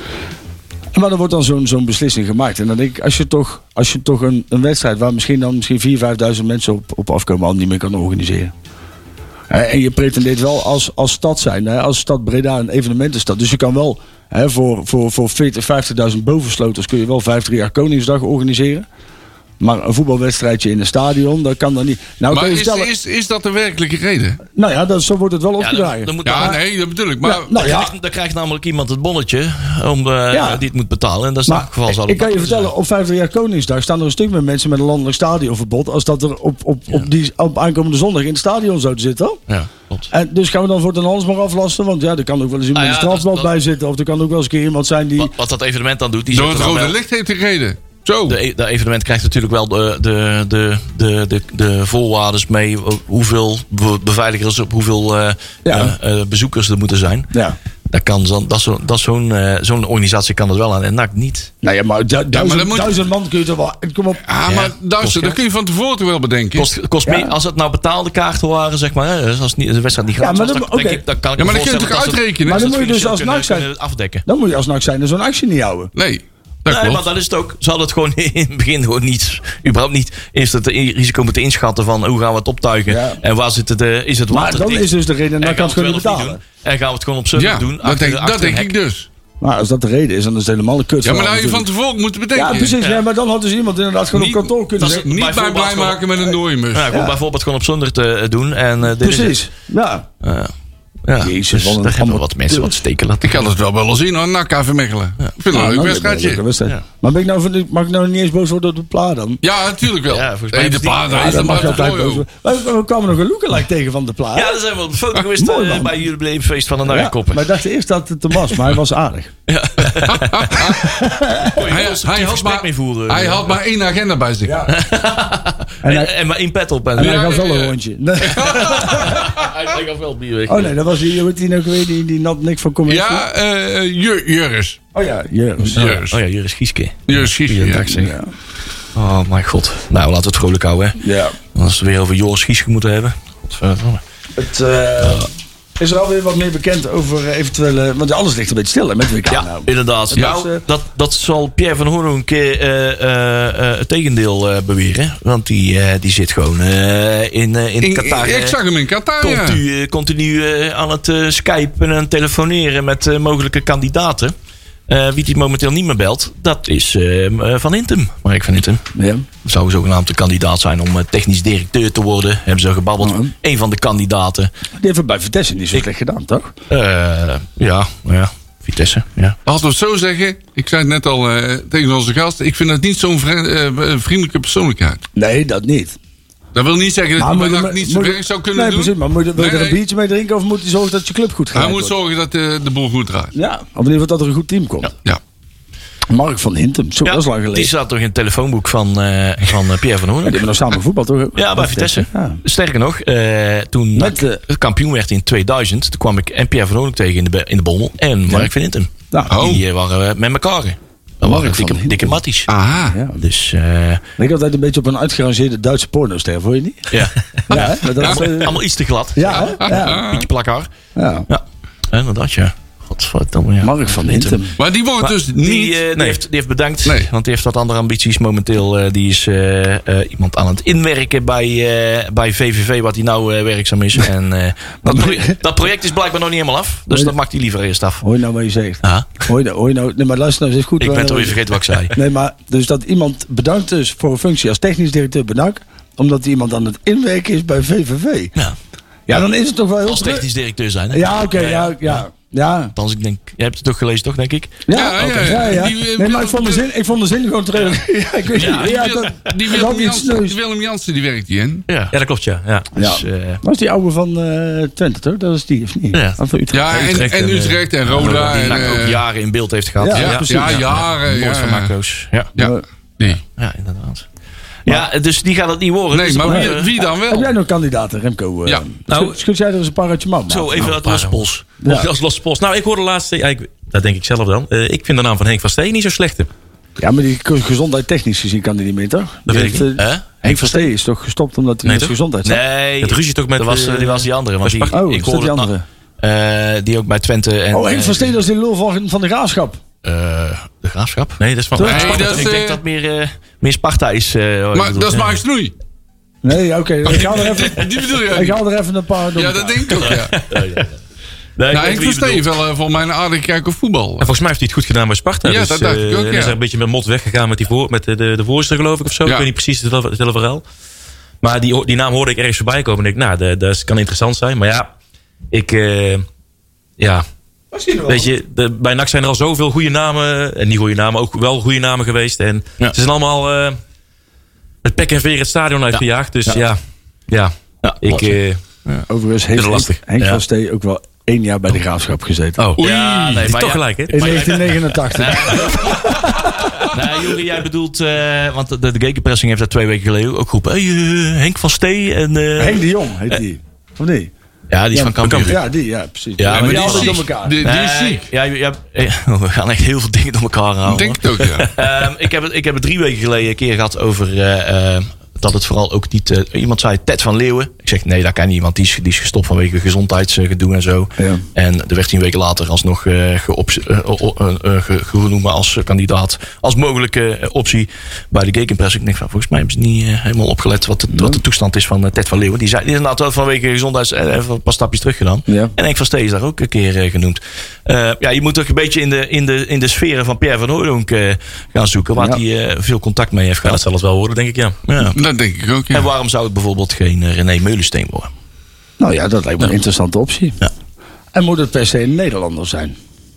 Maar er wordt dan zo'n zo'n beslissing gemaakt. En dan denk ik, als je toch, als je toch een, een wedstrijd waar misschien dan misschien vierduizend, vijfduizend mensen op, op afkomen, al niet meer kan organiseren. Eh, En je pretendeert wel als, als stad zijn, hè, als stad Breda een evenementenstad. Dus je kan wel hè, voor, voor, voor veertig, vijftigduizend bovensloters kun je wel vijftig jaar Koningsdag organiseren. Maar een voetbalwedstrijdje in een stadion, dat kan dan niet. Nou, Maar kan je is, vertellen, is, is dat de werkelijke reden? nou ja, dat, zo wordt het wel Ja, opgedragen. dan, dan moet Ja, dan, nee, dat bedoel ik. Maar Ja, nou dan, ja. krijgt, dan krijgt namelijk iemand het bonnetje om, uh, Ja. die het moet betalen. En dat is in Maar elk geval zal ik het kan je makkelijk vertellen, op vijftig jaar Koningsdag staan er een stuk meer mensen met een landelijk stadionverbod. Als dat er op, op, op, die, op aankomende zondag in het stadion zouden zitten. zijn. Ja, klopt. En dus gaan we dan voor het alles maar aflasten? Want ja, er kan ook wel eens iemand Ah, met ja, een strafblad dat- dat- bij zitten. Of er kan ook wel eens een keer iemand zijn die. Wat, wat dat evenement dan doet, die door zet het er dan rode wel- licht heeft de reden. Zo. De, e- de evenement krijgt natuurlijk wel de, de, de, de, de, de voorwaarden mee. Hoeveel be- beveiligers op hoeveel uh, Ja. uh, uh, bezoekers er moeten zijn. Ja. Dat kan zo, dat zo, dat zo'n, uh, zo'n organisatie kan het wel aan en N A C niet. Nou ja, maar, du- duizend, Ja, maar dan moet- duizend man kun je toch wel... Kom op. Ah, Ja, maar luister, dat kost kun je van tevoren toch wel bedenken. Kost, kost Ja. meer, als het nou betaalde kaarten waren, zeg maar. Hè, dus als niet, de wedstrijd niet Ja, gratis maar was, dan- dan, denk oké. ik, dan kan ik Ja, me maar dan kun je voorstellen toch dat ze- uitrekenen? Maar dan dat moet je ze dus als financieel N A C zijn. kunnen afdekken. Dan moet je als N A C zijn en zo'n actie niet houden. Nee, dat Nee, klopt. maar dat is het ook. Ze hadden het gewoon in het begin gewoon niet, überhaupt niet, eerst het risico moeten inschatten van hoe gaan we het optuigen Ja. en waar zit het, uh, is het Maar water dan dicht? is dus de reden En dat gaan kan we het gewoon het niet wel of niet betalen. doen? En gaan we het gewoon op zondag Ja, doen? dat achter- denk, achter dat een denk hek. ik dus. Maar als dat de reden is, dan is het helemaal een kut. Ja, maar nou je verhaal van natuurlijk. tevoren moeten bedenken. Ja, precies. Ja, maar dan had dus iemand inderdaad gewoon Niet- op kantoor kunnen dat is- zeggen. Niet bij Bijvoorbeeld blij gewoon- maken met een dooimus. Ja, gewoon Ja. bijvoorbeeld gewoon op zondag te uh, doen. En, uh, dit is Precies. het. Ja. Uh, ja, Jezus, dus wat een daar hebben allemaal wat mensen wat steken laten. Ik had het wel willen zien hoor, N A C K V Mechelen. Ik vind het Ja, een leuk nou, wedstrijdje. leuke wedstrijd. Ja. Maar ben ik nou, van- mag ik nou niet eens boos worden op de pla dan? Ja, natuurlijk wel. Ja, volgens mij hey, de is die- paarden, Ja, is dat mag je maar altijd boos worden. We, we kwamen nog een lookalike tegen van de pla. Ja, daar zijn we op de foto geweest mooi, uh, man. bij jullie beleefdefeest van de Ja, Narrenkoppen. maar ik dacht eerst dat het hem was, maar hij was aardig. Hij, hij, had maar, mee voeren. hij had maar één agenda bij zich. Ja. En, En hij, en maar één pet op. En en Ja, hij gaf wel ja, een ja. rondje. Nee. hij gaf wel bier weg. Oh nee, dat was die, hoe heet die nou weer, die, die nat nik van commissie? Ja, eh Jur- Juris. Oh ja, Juris. Juris. Oh ja, Juris Gieske. Juris Giesje, Ja, ja. ik zeg. Ja. Oh mijn god. Nou, laten we het vrolijk houden. Hè. Ja. Als we het weer over Joris Gieske moeten hebben. Godverdomme. Het, uh, is er alweer wat meer bekend over uh, eventuele... Want alles ligt een beetje stil hè, met W K Ja, nou. inderdaad. Dat Nou, is, uh, dat, dat zal Pierre van Hoorn een keer uh, uh, uh, het tegendeel uh, beweren. Want die, uh, die zit gewoon uh, in, uh, in In- Qatar. ik zag hem in Qatar, ja. Continu, uh, continu uh, aan het uh, skypen en telefoneren met uh, mogelijke kandidaten. Uh, wie die momenteel niet meer belt, dat is uh, Van Hintem. Mark van Hintem. Ja. Zou zogenaamd de kandidaat zijn om uh, technisch directeur te worden. Hebben ze gebabbeld. Mhm. Een van de kandidaten. Die heeft het bij Vitesse niet zo slecht gedaan, toch? Uh, ja, ja, Vitesse. Ja. Laten we het zo zeggen. Ik zei het net al uh, tegen onze gast. Ik vind het niet zo'n vre- uh, vriendelijke persoonlijkheid. Nee, dat niet. Dat wil niet zeggen dat Maar hij moet je- maar niet moet zijn je- werk zou kunnen nee, doen. precies, maar moet je, wil je Nee, er een nee. biertje mee drinken of moet je zorgen dat je club goed gaat? Hij moet zorgen dat de, de boel goed draait. Ja, of in ieder geval dat er een goed team komt. Ja. Mark van Hintem, zo, Ja, dat is lang geleden. die staat toch in het telefoonboek van, uh, van uh, Pierre van Hoorn. Die hebben nog samen voetbal, toch? Ja, bij Vitesse. Ja. Sterker nog, uh, toen Met, ik uh, kampioen werd in tweeduizend, toen kwam ik en Pierre van Hoorn tegen in de, be- in de Bommel en Mark Ja. van Hintem. Nou, Oh. Die uh, waren uh, met elkaar. Dat Mark waren van dikke, Hintem. dikke matties. Aha. ja. Dus uh, Ik altijd een beetje op een uitgerangeerde Duitse pornoster, vond je niet? ja, Ja, hè? Dat is, eh, allemaal iets te glad. ja, hè? Ja. Beetje plakhaar. ja. Ja, inderdaad, ja. Godverdomme, ja. Mark van Hintem. Maar die wordt Maar dus die, niet... eh, die, nee. heeft, die heeft bedankt, Nee. want die heeft wat andere ambities momenteel. eh, die is eh, eh, iemand aan het inwerken bij, eh, bij V V V, wat hij nou eh, werkzaam is. En eh, dat, pro- dat project is blijkbaar nog niet helemaal af, dus dat mag hij liever eerst af. Hoor je nou wat je zegt? Ah, Hoor je nou, hoor je nou, nee, maar luister nou eens goed. ik waar- ben toch weer vergeten wat ik zei. Nee, maar dus dat iemand bedankt is voor een functie als technisch directeur bedankt, omdat hij iemand aan het inwerken is bij V V V. Ja, Ja, dan is het toch wel heel als druk. technisch directeur zijn. Hè? Ja, oké, ja, ja. Ja, Althans, ik denk, jij hebt het toch gelezen, toch, denk ik? ja, Ja, oké, ja, ja, ja. die, eh, Nee, maar ik vond de zin, ik vond de zin gewoon terug. Ja, ik weet Ja, niet. die, Ja, Wil- dat, die, dat Willem had iets Jansen, sneus. die Willem Jansen, die werkt die in. Ja. Ja, dat klopt, ja. ja. Ja. Dus, eh, Was die oude van eh, Twente, toch? Dat was die, of niet? Ja. Of van Utrecht? Ja, en, Utrecht en en, Utrecht en Roda. die En, NAC ook eh, jaren in beeld heeft gehad. Ja, ja, precies. ja, jaren. Nooit van Ja, Marco's. Ja. ja. Nee, ja, inderdaad. Ja, dus die gaat het niet worden. nee Dus maar dat wie, blijft, wie dan Heb jij wel? nog kandidaten, Remco? eh? Ja. Nou- schud, schud jij er eens een paar uit je mouw? Zo, Maat? even uit de losse pols. Ja. Of als losse post. Nou, ik hoorde laatst, ja, ik, dat denk ik zelf dan. Uh, ik vind de naam van Henk van Steen niet zo slecht. Ja, maar die gezondheid technisch gezien kan die niet meer, toch? Dat Die weet ik heeft, eh, Hè? Henk van Steen is toch gestopt omdat hij Nee, met zijn toch? gezondheid zat? Nee, Het ruzie toch met, dat was, eh, eh, die was die andere. Want die, Sparta? Oh, ik is dat hoorde die het andere? nou, eh, die ook bij Twente. En, Oh, Henk eh, van Steen, dat is die lul van, van de Graafschap. eh, de Graafschap? Nee, dat is van... Toch? Nee, Sparta. dat is, ik denk eh, dat het meer, uh, meer Sparta is. Uh, Maar dat is Mark Snoei. Nee, oké. Ik haal er even, Die bedoel ik je? haal er even een paar door. Ja, dat denk ik ook, ja. Nee, ik Nou, weet ik wie je versteef bedoelt. wel uh, voor mijn aardig kijken voetbal. En volgens mij heeft hij het goed gedaan bij Sparta. Ja, dus, dat dacht ik eh, ook, en ja. is er een beetje met mot weggegaan met, die voor, met de, de, de voorzitter, geloof ik, of zo. Ja. Ik weet niet precies het hele, het hele verhaal. Maar die, die naam hoorde ik ergens voorbij komen. En ik, nou, dat, dat kan interessant zijn. Maar ja, ik... Uh, ja, weet je, de, bij N A C zijn er al zoveel goede namen. En niet goede namen, ook wel goede namen geweest. En Ja. ze zijn allemaal uh, met pek en veer het stadion uitgejaagd. Dus ja, ja, ja, Ja, ik... Uh, Overigens Dit heeft is lastig. Henk Ja. van Steen ook wel één jaar bij de Graafschap gezeten. oh, Oei. Ja, nee, maar toch ja, gelijk, hè? In negentien negenenentachtig. Nee, Juri, jij bedoelt, uh, want de, de Gekenpressing heeft dat twee weken geleden ook geroepen. Hey, uh, Henk van Stee en... Uh, Henk de Jong heet die. Of niet? Ja, die is Ja, van Cambuur. Ja, die, ja, precies. Ja, Ja, maar die die altijd is door ziek. elkaar. Die, die is Nee, ziek. ja, ja, ja, we gaan echt heel veel dingen door elkaar halen. Ik denk het ook, ja. Ehm, ik, heb het, ik heb het drie weken geleden een keer gehad over uh, uh, dat het vooral ook niet... Uh, iemand zei Ted van Leeuwen. Ik zeg nee, dat kan niet, want die is, die is gestopt vanwege gezondheidsgedoe en zo. Ja. En er werd tien weken later alsnog uh, geops, uh, uh, uh, uh, ge, genoemd als kandidaat. Als mogelijke uh, optie bij de Gegenpress. Ik denk van, volgens mij hebben ze niet uh, helemaal opgelet wat de, wat de toestand is van uh, Ted van Leeuwen. Die zei die is inderdaad wel vanwege gezondheids uh, even een paar stapjes terug gedaan. Ja. En Henk van Stee is daar ook een keer uh, genoemd. Uh, ja, je moet toch een beetje in de, in de, in de sferen van Pierre van Hooydonk uh, gaan zoeken. Waar Ja. hij uh, veel contact mee heeft Ja, dat gehad. zal het wel worden, denk ik, ja. Ja. Dat denk ik ook, ja. En waarom zou het bijvoorbeeld geen uh, René Meulensteen worden? Nou ja, dat lijkt me een interessante optie. Ja. En moet het per se een Nederlander zijn?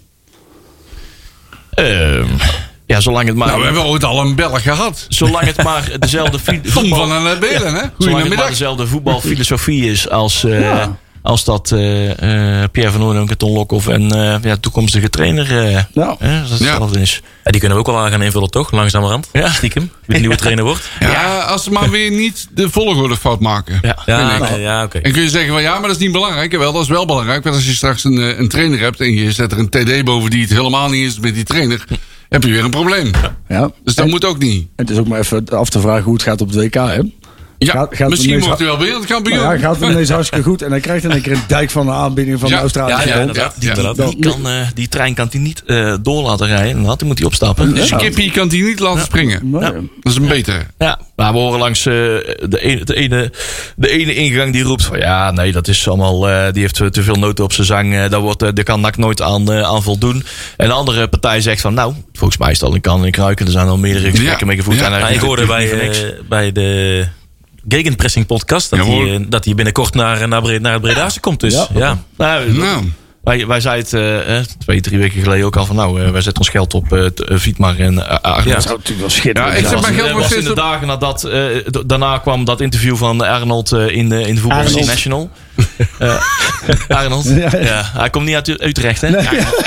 Uh, ja, zolang het maar... Nou, we hebben ooit al een Belg gehad. Zolang het maar dezelfde... fi- Tom voetbal- van den Belen, hè? Zolang het maar Goedemiddag. dezelfde voetbalfilosofie is als, uh, Ja. als dat uh, uh, Pierre van Hooydonk en Ton Lokhoff en uh, ja, toekomstige trainer uh, Ja. uh, dat hetzelfde is. Ja, die kunnen we ook wel aan gaan invullen, toch? Langzamerhand. Ja. Stiekem. Wie de nieuwe trainer wordt. Ja, als ze maar weer niet de volgorde fout maken. Ja. Ja, Vind ik. nee, ja oké. En kun je zeggen van ja, maar dat is niet belangrijk. Jawel, dat is wel belangrijk. Want als je straks een, eh, een trainer hebt en je zet er een T D boven die het helemaal niet is met die trainer, heb je weer een probleem. Ja. Dus dat En moet ook niet. het is ook maar even af te vragen hoe het gaat op het W K, hè? Ja, Gaat- gaat misschien ineens- wordt hij wel wereldkampioen. Nou ja, gaat het ineens hartstikke goed. En hij krijgt in een keer een dijk van de aanbieding van Ja, de Australische ja, ja, Bond. inderdaad. Ja, inderdaad. Dan- Die, kan, uh, die trein kan hij niet uh, door laten rijden. Inderdaad, die moet hij opstappen. Dus Ja. je kippie kan die niet laten springen. Nee. Ja. Dat is een betere. Ja, maar we horen langs uh, de, ene, de, ene, de ene ingang die roept van ja, nee, dat is allemaal, uh, die heeft te veel noten op zijn zang. Uh, daar, wordt, uh, daar kan N A C nooit aan, uh, aan voldoen. En de andere partij zegt van nou, volgens mij is het al in kan en kruiken. Er zijn al meerdere gesprekken Ja. mee gevoerd. Ja. En Nou, hij ik hoorde bij, niet voor niks. uh, bij de Gegenpressing podcast dat, Ja, hoor. hij, uh, dat hij binnenkort naar, naar, Bre- naar het Bredaanse komt. Dus Ja. ja. Nou, Nou, wij, wij zeiden het uh, twee, drie weken geleden ook al van nou, uh, wij zetten ons geld op uh, t- uh, Vietmar en uh, Arnold. Dat zou natuurlijk wel schitterend Ja, ik zijn. zeg maar geld Het nog was in steeds de op- dagen nadat, uh, d- daarna kwam dat interview van Arnold uh, in de, in de Voetbal Arnold. International. Uh, Arnold. Ja, Ja, ja. hij komt niet uit U- Utrecht, hè? Ik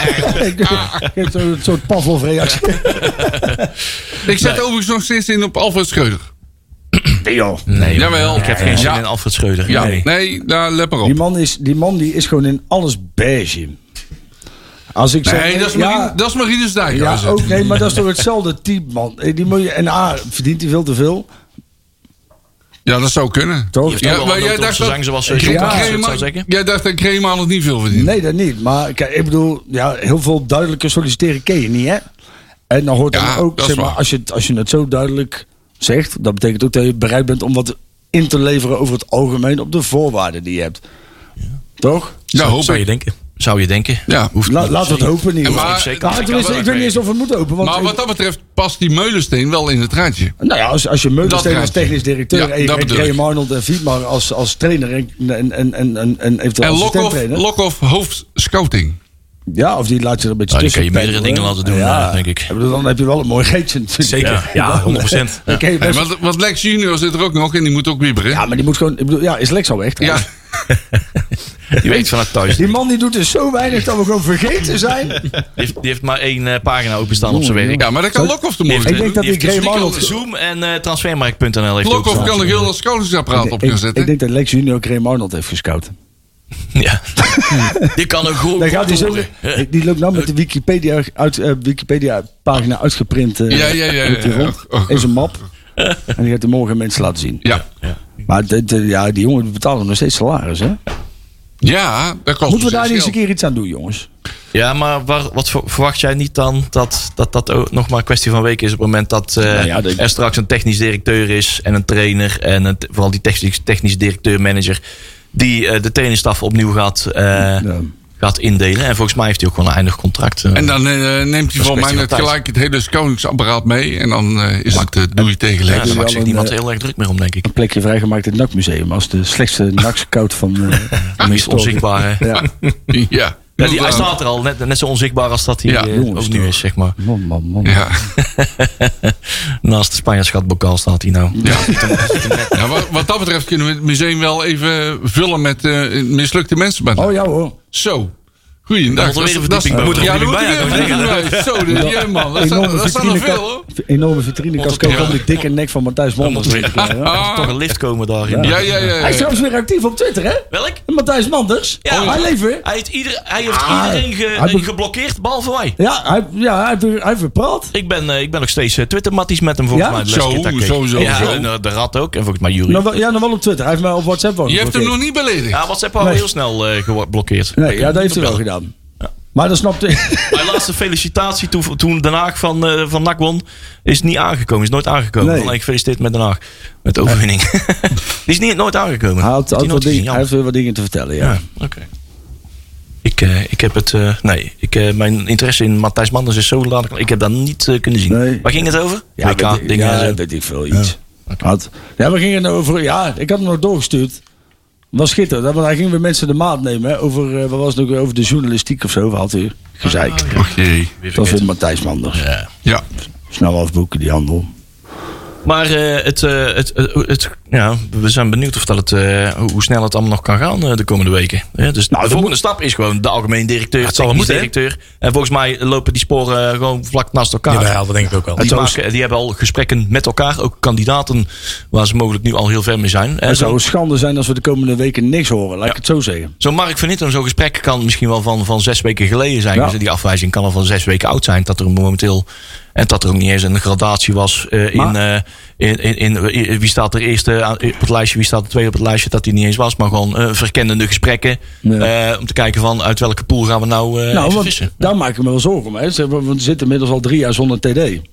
heb zo'n soort Pavlov-reactie. ik zet overigens nog steeds in op Alfred Schreuder. Nee, joh. Nee, Jawel. ik heb geen zin Ja. in Alfred Schreuder. Ja, Nee. nee, daar let maar Die op. man, is, die man die is gewoon in alles beige. Als ik zeg, Nee, dat is ja, Marine- dat is Marinus ja, Dijkhuizen. ook, nee, maar dat is toch hetzelfde type, man. Eh, Die moet je, en A, verdient hij veel te veel. Ja, dat zou kunnen. Toch? heeft ook wel maar een jij noot op dacht zijn dat zang, zoals, Kreeman- eh, John Kramer Kramer Kreeman- zou zeggen. jij dacht dat Kreeman het niet veel verdient. Nee, dat niet. Maar kijk, ik bedoel, ja, heel veel duidelijke solliciteren ken je niet, hè? En dan hoort Ja, dan ook, dat is zeg maar, waar. als je, het- als je het zo duidelijk zegt, dat betekent ook dat je bereid bent om wat in te leveren over het algemeen op de voorwaarden die je hebt. Toch? Ja, hoop Zou je ik. denken. Zou je denken. Ja. La, laten we het hopen niet. En hoor. maar- zeker. Nou, Ik tenminste, kan ik wel weet niet eens of we moeten open. Want Maar ik- wat dat betreft past die Meulensteen wel in het rijtje. nou ja, als, als je Meulensteen Dat als rijtje. technisch directeur Ja, en je dat krijgt bedoel ik. Graham Arnold en Vietmar als, als trainer en, en, en, en, en, en eventueel En als Lokhoff, assistent-trainer. Lokhoff hoofdscouting. Ja, of die laat je er een beetje Ja, die tussen. kan je meerdere peddelen, dingen hè? laten doen, eh, denk ik. bedoel, dan heb je wel een mooi geetje natuurlijk. Zeker. Ja, honderd procent. Dan kun je Hey, best- want, want Lex Junior zit er ook nog en die moet ook wieberen. Ja, maar die moet gewoon... Ik bedoel, ja, is Lex al weg? Ja, trouwens? Die weet vanuit thuis. Die Die man die doet dus zo weinig dat we gewoon vergeten zijn. heeft, die heeft maar één uh, pagina openstaan op zijn werk. ja, maar dat kan Lokhoff de Die moeite heeft, Ik denk dat die die heeft Graham Zoom- Arnold- Zoom en uh, transfermarkt punt n l heeft Lokhoff openstaan. kan er heel dat scoutingsapparaat op gaan ik, zetten. ik denk dat Lex Junior Graham Arnold heeft gescout. Ja. Die kan een goed Dan gaat hij zo, worden. die loopt nou met de Wikipedia, uit, uh, Wikipedia pagina uitgeprint uh, Ja, ja, ja, loopt hij ja. rond, Oh, oh. in zijn map. En die gaat hij morgen mensen laten zien. Ja. Maar de, de- ja, die jongen betalen nog steeds salaris, hè? Ja, dat kost Moeten we daar dus niet eens een geld. keer iets aan doen, jongens? Ja, maar waar, wat ver- verwacht jij niet dan dat dat, dat ook nog maar een kwestie van weken is op het moment dat uh, Nou ja, de- er straks een technisch directeur is en een trainer en een, vooral die technisch, technisch directeur-manager die uh, de trainingsstaf opnieuw gaat, uh, Ja. gaat indelen. En volgens mij heeft hij ook gewoon een eindig contract. uh. En dan eh, neemt hij een voor mij kwestie net van tijd. gelijk het hele scoutingsapparaat mee. En dan eh, is het uh, doei tegen ja, Lex. daar maakt zich wel niemand een, heel erg druk meer om, denk ik. Een plekje vrijgemaakt in het N A C-museum. Als de slechtste N A C-scout van uh, De meest onzichtbare. Ja. Ja. Ja, die, hij staat er al, net, net zo onzichtbaar als dat hij Ja, uh, jongens, ook nu toch. is, zeg maar. Man, man, man. Ja. Naast de Spanjaard schatbokaal staat hij nou. Ja. Ja, wat, wat dat betreft kunnen we het museum wel even vullen met eh, mislukte mensen. Oh ja hoor. Zo. Goeiedag. Dan wordt er weer een Dat is- verdieping dat is- boven. Ja, Moet dat er moet een er verdieping weer een Zo, dit- ja, man. Dat Enorme staat- dat staat nog veel, hoor. Enorme vitrinekast Ja. om die dikke nek van Matthijs Manders mee te krijgen. Er moet toch een lift komen daarin. Ja, ja, ja. Hij is ja. trouwens weer actief op Twitter, hè? Welk? Matthijs Manders. Ja. Hij leeft weer. Hij heeft, ieder, hij heeft Ah, iedereen ge- hij be- geblokkeerd, behalve wij. Ja, hij, ja, hij, heeft weer- hij heeft weer praat. Ik ben, eh, ik ben nog steeds uh, Twitter-matties met hem volgens Ja? mij. de Zo, laatste keer dat ik zo, keek. zo, Ja, zo. en, uh, de Rat ook. En volgens mij Jury. Nou, wel- ja, nog wel op Twitter. Hij heeft mij op WhatsApp wel Je hebt hem geblokkeerd. nog niet beledigd. Ja, WhatsApp al Nee. heel snel uh, geblokkeerd. Nee, ja, dat heeft hij wel gedaan. Maar dat snapte Mijn laatste felicitatie toen, toen Den Haag van, uh, van N A C won, is niet aangekomen. Is nooit aangekomen. Nee. Van, ik gefeliciteerd met Den Haag. Met de overwinning. Die is niet, nooit aangekomen. Hij had, Heeft hij had nooit wat gezien, dingen, hij heeft weer wat dingen te vertellen, ja. Ja, oké. Ik, uh, ik heb het... Uh, nee, ik, uh, mijn interesse in Matthijs Manders is zo laat. Ik heb dat niet uh, kunnen zien. Nee. Waar ging het over? Ja, W K, weet, ik- dingen en ja, zo. weet ik veel, iets. Had, ja, we gingen nou over... Ja, ik had hem nog doorgestuurd. Was schitterend, want hij ging weer mensen de maat nemen. Hè, over, uh, wat was het ook, over de journalistiek of zo, had hij gezeik. Och jee. Dat was weer Matthijs Manders. Ja. Ja. Snel afboeken, die handel. Maar uh, het, uh, het, uh, het, ja, we zijn benieuwd of dat het, uh, hoe hoe snel het allemaal nog kan gaan uh, de komende weken. Ja, dus Nou, de dat volgende moet- stap is gewoon de algemeen directeur, Ja, het zal wel technisch moeten, hè? directeur. En volgens mij lopen die sporen uh, gewoon vlak naast elkaar. Jawel, dat denk ik ook wel. Die, zou- maken, die hebben al gesprekken met elkaar, ook kandidaten waar ze mogelijk nu al heel ver mee zijn. En Het zou zo, een schande zijn als we de komende weken niks horen, laat ik het zo zeggen. Zo'n Mark van Hintem, zo'n gesprek kan misschien wel van, van zes weken geleden zijn. Ja. Dus die afwijzing kan al van zes weken oud zijn. Dat er momenteel. En dat er ook niet eens een gradatie was uh, in, uh, in, in, in, in wie staat er eerst uh, op het lijstje, wie staat er tweede op het lijstje, dat die niet eens was. Maar gewoon uh, verkennende gesprekken. Ja. Uh, om te kijken van uit welke pool gaan we nou, uh, nou, even want vissen. daar maak ik me wel zorgen om. Hè. Ze hebben- Want we zitten inmiddels al drie jaar zonder T D. En,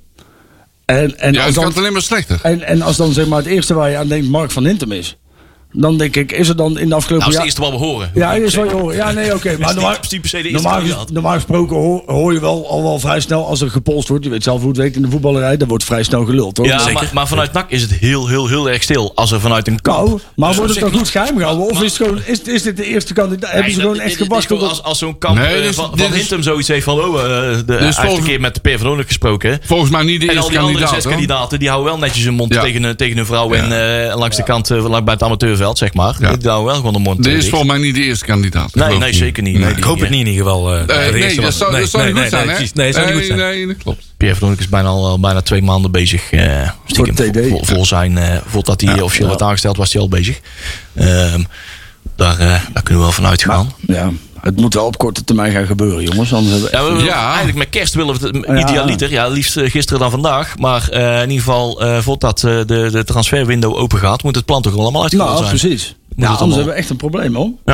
en, Ja, als het dan, gaat alleen maar slechter. en, en als dan zeg maar het eerste waar je aan denkt Mark van Hintem is. Dan denk ik, is er dan in de afgelopen Nou, dat is het jaar... eerste wat we horen. Ja, is wat je hoort. Ja, nee, oké. Maar normaal, Het is niet per se de eerste normaal, kandidaat. ges- normaal gesproken hoor, hoor je wel al wel vrij snel als er gepolst wordt. Je weet zelf hoe het werkt in de voetballerij. Dan wordt vrij snel geluld, hoor. Ja, maar, maar vanuit N A C is het heel, heel, heel erg stil. Als er vanuit een kamp. Nou, maar Dus wordt het zeg dan goed geheim gehouden? Of is, het gewoon, is, is dit de eerste kandidaat? Hebben ze Nee, gewoon dat- echt dit- dit is gewacht? gewoon Als, als zo'n kamp Nee, eh, dit is- van, dit van is- Hintem zoiets heeft van... Oh, uh, de, hij heeft volgens- een keer met de P V V nog gesproken. Hè? Volgens mij niet de En al eerste die andere kandidaat. zes hoor. kandidaten, die houden wel netjes hun mond Ja. tegen, een- tegen hun vrouw. Ja. En uh, langs de kant, uh, bij het amateurveld, zeg maar. Ja. Die houden wel gewoon de mond Dit uh, is dicht. volgens mij niet de eerste kandidaat. Nee, geloof nee, ik zeker niet. Nee. Nee, Ik die, hoop het eh, niet in ieder geval. uh, Eh, de nee, eerste dat was- zou, nee, dat zou nee, niet goed nee, zijn, nee, hè? precies. Nee, dat zou niet goed zijn. Nee, nee, dat klopt. Pierre Verdonk is bijna al, al bijna twee maanden bezig. Uh, stiekem, Voor T D. Vol, vol, vol zijn, uh, voordat hij Ja. officieel Ja. werd aangesteld, was hij al bezig. Ehm, daar, uh, daar kunnen we wel van uitgaan. Ja, het moet wel op korte termijn gaan gebeuren, jongens. Anders hebben we Ja, echt- we, Ja. Eigenlijk met kerst willen we het Ja. idealiter. Ja, liefst eh, gisteren dan vandaag. Maar eh, in ieder geval, eh, voordat eh, de, de transferwindow open gaat, moet het plan toch allemaal uitgevoerd Nou, zijn. precies. Ja, het anders allemaal- hebben we echt een probleem, hoor. Ja.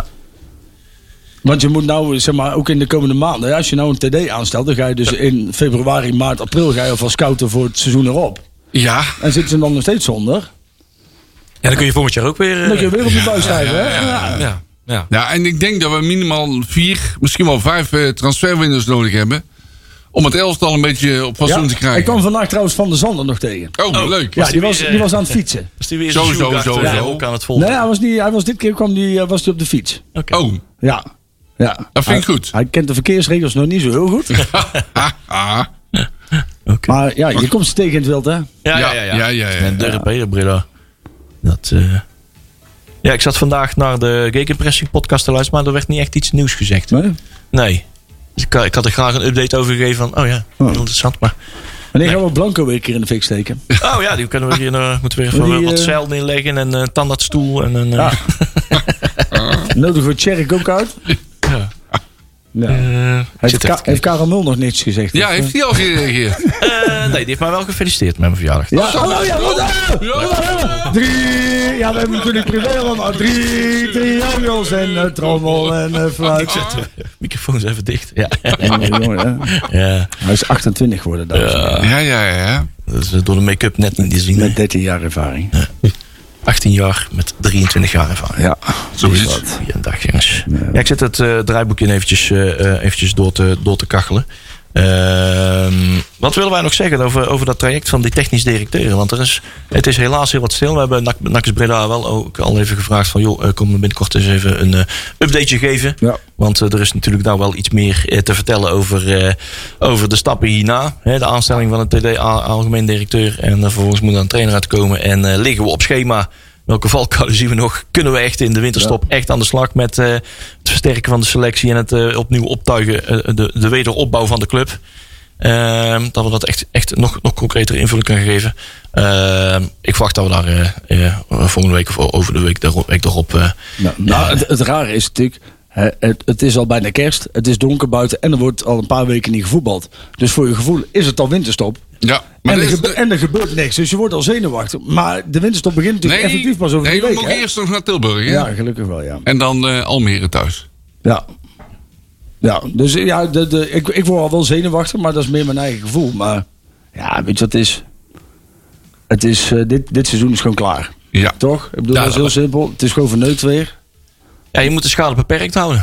Want je moet nou, zeg maar, ook in de komende maanden, als je nou een T D aanstelt, dan ga je dus in februari, maart, april ga je alvast scouten voor het seizoen erop. Ja, En zitten ze dan nog steeds zonder, Ja, dan kun je volgend jaar ook weer... uh, dan kun je weer op de buis stijgen, hè? ja, Ja. Ja, ja. ja, en ik denk dat we minimaal vier, misschien wel vijf eh, transferwindows nodig hebben. Om het elftal een beetje op fatsoen Ja, te krijgen. ik kwam vandaag trouwens Van der Zanden nog tegen. Oh, leuk. Ja, die die was, weer, die eh, was aan het fietsen. Is die weer Zo, zijn zo, Sjoerd zo, achter, zo. eh, ook aan het volgen? Nee, hij was, niet, hij was dit keer kwam die, eh, was die op de fiets. Oké. Oh, Ja. Ja. dat vind ik Hij- goed. Hij kent de verkeersregels nog niet zo heel goed. Ah, ah. Maar ja, je komt ze tegen in het wild, hè? Ja, ja, ja. ja. Ja, ja, ja. En de Peter Breda. Dat, eh, ja, ik zat vandaag naar de Gegenpressing podcast te luisteren, maar er werd niet echt iets nieuws gezegd. Nee? Nee. Dus ik, ik had er graag een update over gegeven van, oh ja, heel interessant, maar... Wanneer gaan we Blanco weer een keer in de fik steken? Oh ja, die kunnen we hier, uh, moeten we even Die, wat eh, zeil neerleggen en een tandartsstoel en een... Ja. Uh, Nodigen we Tjerk ook uit? ja. Ja. Uh, Heeft, zit Ka echt- heeft Karel Mul nog niets gezegd? Ja, Of, heeft hij al gereageerd? Eh, nee, die heeft mij wel gefeliciteerd met mijn verjaardag. Ja, oh, ja, wat, ah, drie. Ja, we hebben natuurlijk privé allemaal. Drie, drie jongels en uh, trommel en uh, fluit. Microfoon is even dicht. Ja. Ja, jongen, hè. ja. Hij is achtentwintig geworden, dames en heren. Ja, ja, ja. Dat is uh, door de make-up net niet te zien. hè. Met dertien jaar ervaring. achttien jaar met drieëntwintig jaar ervaring. Ja, Zoiets. is wat. Goeiedag, jongens. Ja, ik zit het uh, draaiboekje eventjes, uh, uh, eventjes door, te, door te kachelen. Ehm, wat willen wij nog zeggen over, over dat traject van die technisch directeuren? Want er is, het is helaas heel wat stil. We hebben N A C Breda wel ook al even gevraagd van... joh, uh, kom er binnenkort eens even een uh, updateje geven. Ja. Want uh, er is natuurlijk nou wel iets meer uh, te vertellen over, uh, over de stappen hierna. Hè, de aanstelling van een T D A algemeen directeur. En uh, vervolgens moet er een trainer uitkomen. En uh, liggen we op schema... welke valkuilen zien we nog? Kunnen we echt in de winterstop ja. echt aan de slag met uh, het versterken van de selectie en het uh, opnieuw optuigen, uh, de, de wederopbouw van de club? Uh, dat we dat echt, echt nog, nog concretere invulling kunnen geven. Uh, ik verwacht dat we daar uh, uh, volgende week of over de week, de week erop... Uh, nou, nou, het, het rare is natuurlijk... Het, het is al bijna kerst, het is donker buiten en er wordt al een paar weken niet gevoetbald. Dus voor je gevoel is het al winterstop. Ja, maar en, er is gebe- de... en er gebeurt niks, dus je wordt al zenuwachtig. Maar de winterstop begint natuurlijk nee, effectief pas over nee, die week. Nee, we mogen hè? eerst nog naar Tilburg. Hè? Ja, gelukkig wel, ja. En dan uh, Almere thuis. Ja. Ja, dus ja, de, de, ik, ik word al wel zenuwachtig, maar dat is meer mijn eigen gevoel. Maar ja, weet je wat het is? Het is, uh, dit, dit seizoen is gewoon klaar. Ja. Toch? Ik bedoel, Ja, dat is heel dat... simpel. Het is gewoon verneukt weer. Ja, je moet de schade beperkt houden.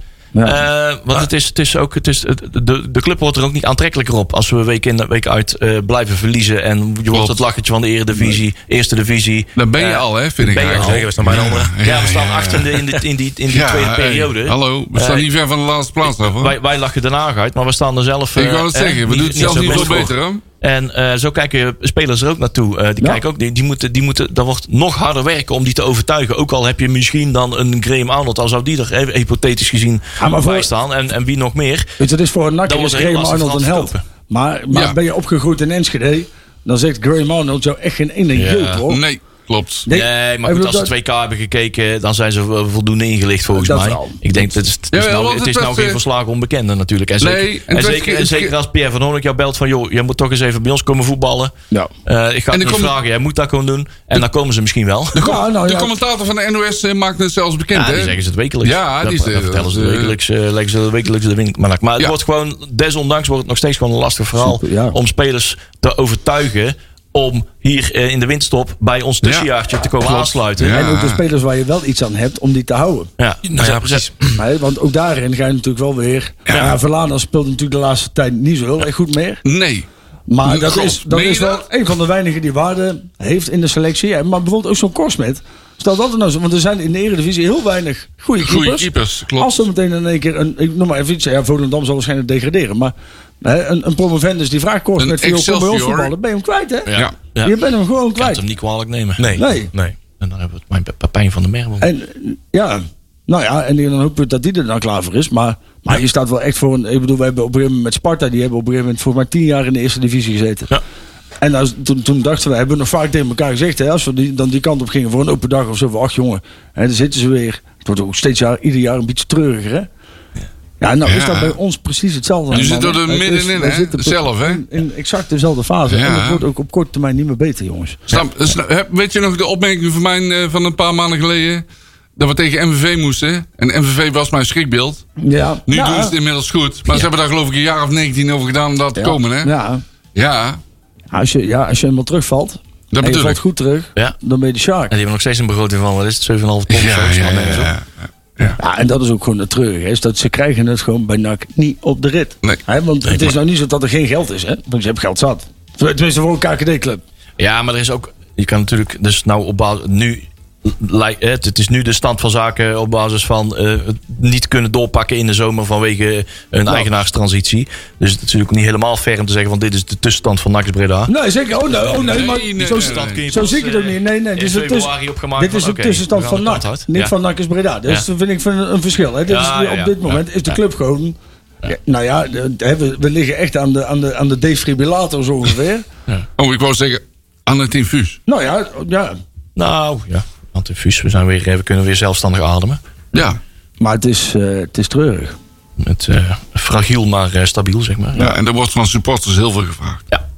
Ja. Uh, want het is, het is ook, het is, de, de club wordt er ook niet aantrekkelijker op als we week in week uit uh, blijven verliezen. En je wordt Klopt. het lachertje van de Eredivisie, nee. Eerste Divisie. Dan ben je uh, al, hè, vind ik ben je eigenlijk. al. We staan bijna onder. Ja, ja, we staan achttiende in, de, in die, in die ja, tweede hey, periode. Hallo, we staan uh, niet ver van de laatste plaats af, hoor. Wij, wij lachen Den Haag uit, maar we staan er zelf... Uh, ik wou het uh, zeggen, we doen het zelf niet veel beter, hoor. En uh, zo kijken spelers er ook naartoe. Uh, die ja. kijken ook, die, die moeten, die moeten, dat wordt nog harder werken om die te overtuigen. Ook al heb je misschien dan een Graham Arnold, al zou die er even hypothetisch gezien ja, maar voor, bij staan. En, en wie nog meer. Weet je, het is voor een nakker is Graham Arnold een held. Maar, maar ja. ben je opgegroeid in Enschede, dan zegt Graham Arnold jou echt geen ene ja. jood, hoor. Nee. Klopt. Nee, nee, maar goed, als ze twee K hebben gekeken, dan zijn ze voldoende ingelicht volgens dat mij. Wel. Ik denk dat het, het is ja, nou, het is nou geen verslagen onbekende natuurlijk. En zeker, nee, en en zeker, en zeker als Pierre van Hoornik jou belt van, joh, jij moet toch eens even bij ons komen voetballen. Ja. Uh, ik ga het niet kom... vragen, jij moet dat gewoon doen. En de, dan komen ze misschien wel. De, ja, nou, de ja. commentator van de N O S uh, maakt het zelfs bekend. Ja, hè? die zeggen ze het wekelijks. Ja, die dat, dat vertellen ze het wekelijks. Uh, leggen ze wekelijks de wink. Maar, maar het ja. wordt gewoon, desondanks wordt het nog steeds gewoon een lastig verhaal. Super, ja. Om spelers te overtuigen om hier uh, in de winterstop bij ons tussenjaartje ja. te komen Klopt. aansluiten. Ja. En ook de spelers waar je wel iets aan hebt om die te houden. Ja, nou ja precies. Nee, want ook daarin ga je natuurlijk wel weer... Ja. Ja, Verlana speelt natuurlijk de laatste tijd niet zo heel erg goed meer. Nee. Maar dat is, dat is wel een van de weinigen die waarde heeft in de selectie. Maar bijvoorbeeld ook zo'n Korsmet. Stel dat er nou zo, want er zijn in de Eredivisie heel weinig goede keepers. Goede keepers, klopt. Als ze meteen in één keer, een, ik noem maar even iets, ja, Volendam zal waarschijnlijk degraderen. Maar hè, een, een promovendus die vraagt Korsmet voor jou kom voetballen, ben je hem kwijt, hè? Ja. Ja. Je bent hem gewoon kwijt. Je kan hem niet kwalijk nemen. Nee. nee. nee. En dan hebben we het mijn Pepijn van der Merwe. En ja, nou ja, en dan hopen we dat die er dan klaar voor is. Maar, maar ja. je staat wel echt voor een, ik bedoel, we hebben op een gegeven moment met Sparta, die hebben op een gegeven moment voor maar tien jaar in de eerste divisie gezeten. Ja. En als, toen, toen dachten we, hebben we nog vaak tegen elkaar gezegd, hè, als we die, dan die kant op gingen voor een open dag of zo, van ach jongen, hè, dan zitten ze weer. Het wordt ook steeds jaar, ieder jaar een beetje treuriger, hè? Ja, nou ja. is dat bij ons precies hetzelfde. Je zit er middenin, hè? Zelf, hè? In, in exact dezelfde fase. Ja. En dat wordt ook op korte termijn niet meer beter, jongens. Snap, snap, weet je nog de opmerking van mij uh, van een paar maanden geleden? Dat we tegen M V V moesten. En M V V was mijn schrikbeeld. Ja. Nu ja. doen ze het inmiddels goed. Maar ja. ze hebben daar geloof ik een jaar of negentien over gedaan om daar te ja. komen, hè? Ja. Ja. Als je, ja, als je helemaal terugvalt... Dat en je valt ik. goed terug, ja. dan ben je de Shark. En die hebben nog steeds een begroting van, wat is het, zeven komma vijf ton? Ja, ja, ja, ja, ja. Ja. ja, en dat is ook gewoon het treurige. Is dat ze krijgen het gewoon bij N A C niet op de rit. Nee. He, want nee, het is maar... nou niet zo dat er geen geld is. Hè? Want je hebt geld zat. Tenminste voor een K K D-club. Ja, maar er is ook... Je kan natuurlijk dus nou op basis... Nu, het is nu de stand van zaken op basis van uh, het niet kunnen doorpakken in de zomer vanwege een nou. eigenaarstransitie. Dus het is natuurlijk niet helemaal fair om te zeggen van dit is de tussenstand van N A C Breda. Nee, zeker. Oh nee, oh, nee maar nee, nee, zo, nee, nee. zo zie ik het ook niet. Nee, nee. Dit is, het tuss- dit is de okay, tussenstand van N A C. Niet ja. van N A C Breda. Dus ja. dat vind ik een, een verschil. Hè. Dit ja, is, op ja, dit moment ja. is de club ja. gewoon... Ja. Ja, nou ja, we, we liggen echt aan de, aan de, aan de defibrillator zo ongeveer. Ja. Oh, ik wou zeggen aan het infuus. Nou ja, ja. Nou ja. Antifuus, we, zijn weer, we kunnen weer zelfstandig ademen. Ja. Maar het is, uh, het is treurig. Het, uh, fragiel, maar uh, stabiel, zeg maar. Ja, ja, en er wordt van supporters heel veel gevraagd. Ja.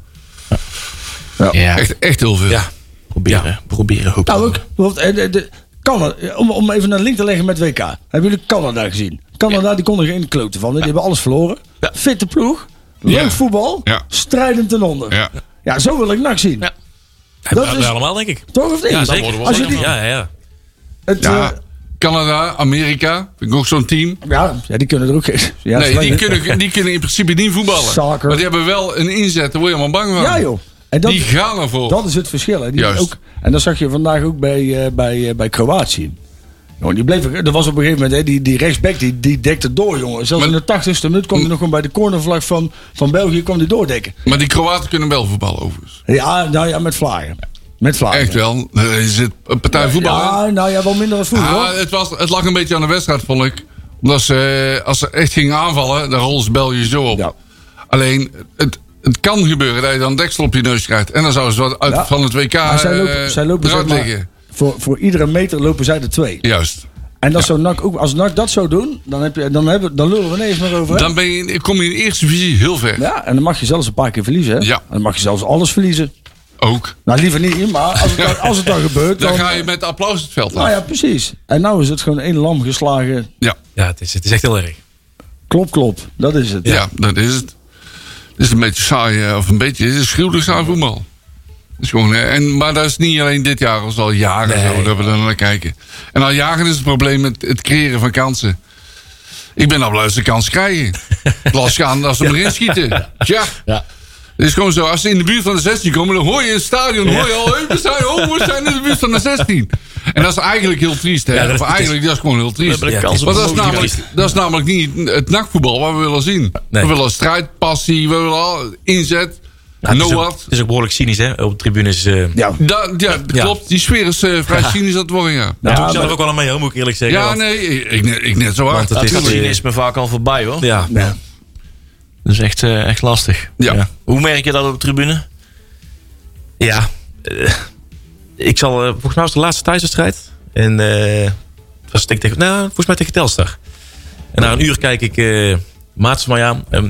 ja. ja. Echt, echt heel veel. Ja. Proberen, ja. proberen hoop nou, ook, de, de, Canada, om, om even een link te leggen met W K. Hebben jullie Canada gezien? Canada, ja. die kon er geen kloten van. Die ja. hebben alles verloren. Ja. Fitte ploeg. Leuk ja. voetbal. Ja. Strijdend ten onder. Ja. ja, zo wil ik N A C zien. Ja. Dat is allemaal, denk ik. Toch of niet? Ja, zeker. Als je die, ja, ja. Het, ja, uh, Canada, Amerika, vind ik ook zo'n team. Ja, ja, die kunnen er ook geen. Ja, nee, die kunnen, die kunnen in principe niet voetballen. Soccer. Maar die hebben wel een inzet, daar word je helemaal bang van. Ja joh. En dat, die gaan ervoor. Dat is het verschil. Hè. Die Juist. Ook, en dat zag je vandaag ook bij, uh, bij, uh, bij Kroatië. Jongen, die bleef, er was op een gegeven moment, hè, die, die rechtsback die, die dekte door, jongen. Zelfs maar, in de tachtigste minuut kwam hij nog gewoon bij de cornervlag van, van België kwam die doordekken. Maar die Kroaten kunnen wel voetballen overigens. Ja, nou ja, met vlagen. Met Vlagen. Echt wel. Er zit een partij voetbal. Ja, nou ja, wel minder als vroeger. Ah, hoor. het, was, het lag een beetje aan de wedstrijd, vond ik. Omdat ze, als ze echt gingen aanvallen, dan rollen ze België zo op. Ja. Alleen, het, het kan gebeuren dat je dan deksel op je neus krijgt. En dan zouden ze wat uit Ja. van het W K Maar zij lopen, uh, zij lopen zeg eruit maar, liggen. voor, voor iedere meter lopen zij er twee. Juist. En dat zou N A C ook, als N A C dat zou doen, dan, heb je, dan, hebben, dan lullen we ineens meer over. Hè? Dan ben je, in- kom je in de eerste divisie heel ver. Ja, en dan mag je zelfs een paar keer verliezen. Hè? Ja. En dan mag je zelfs alles verliezen. Ook. Nou, liever niet, maar als het, dan, als het dan gebeurt, dan... Dan ga je met applaus het veld af. Nou ja, precies. En nou is het gewoon één lam geslagen. Ja. Ja, het is, het is echt heel erg. Klop, klop. Dat is het. Ja, dat is het. Het is een beetje saai, eh, of een beetje, het is gruwelijk saai voetbal. Het is gewoon, eh, en, maar dat is niet alleen dit jaar, dat is al jaren Nee. zo dat we er naar kijken. En al jaren is het probleem met het creëren van kansen. Ik ben al blij dat ze kans krijgen. Laat gaan als ze hem erin schieten. Ja. Ja. Het is gewoon zo, als ze in de buurt van de zestien komen, dan hoor je in het stadion, hoor je al, hey, we zijn, oh, we zijn in de buurt van de zestien. En dat is eigenlijk heel triest, hè. Ja, dat is- of eigenlijk, dat is gewoon heel triest. We hebben de Ja, kans op Want dat is, een namelijk, mogelijkheid. dat is namelijk niet het nachtvoetbal wat we willen zien. Nee. We willen strijd, passie, we willen al inzet, Ja, het, is know ook, what. het is ook behoorlijk cynisch, hè? Op de tribunes. eh Ja. Da, ja, Ja. klopt. Die sfeer is eh, vrij cynisch aan het worden, ja. Daar doe ik maar- zelf ook wel aan mee, hoor, moet ik eerlijk zeggen. Ja, want- nee, ik, ik, net- ik net zo hard. Want het Dat is, gaat eh, cynisme vaak al voorbij hoor. Ja. Ja. Dat is echt, eh, echt lastig. Ja. Hoe merk je dat op de tribune? Ja. eh, ik zal, eh, volgens mij was het de laatste thuiswedstrijd. En eh, het was denk ik tegen, nou, volgens mij tegen Telstar. En na een uur kijk ik eh Maats van mij aan. En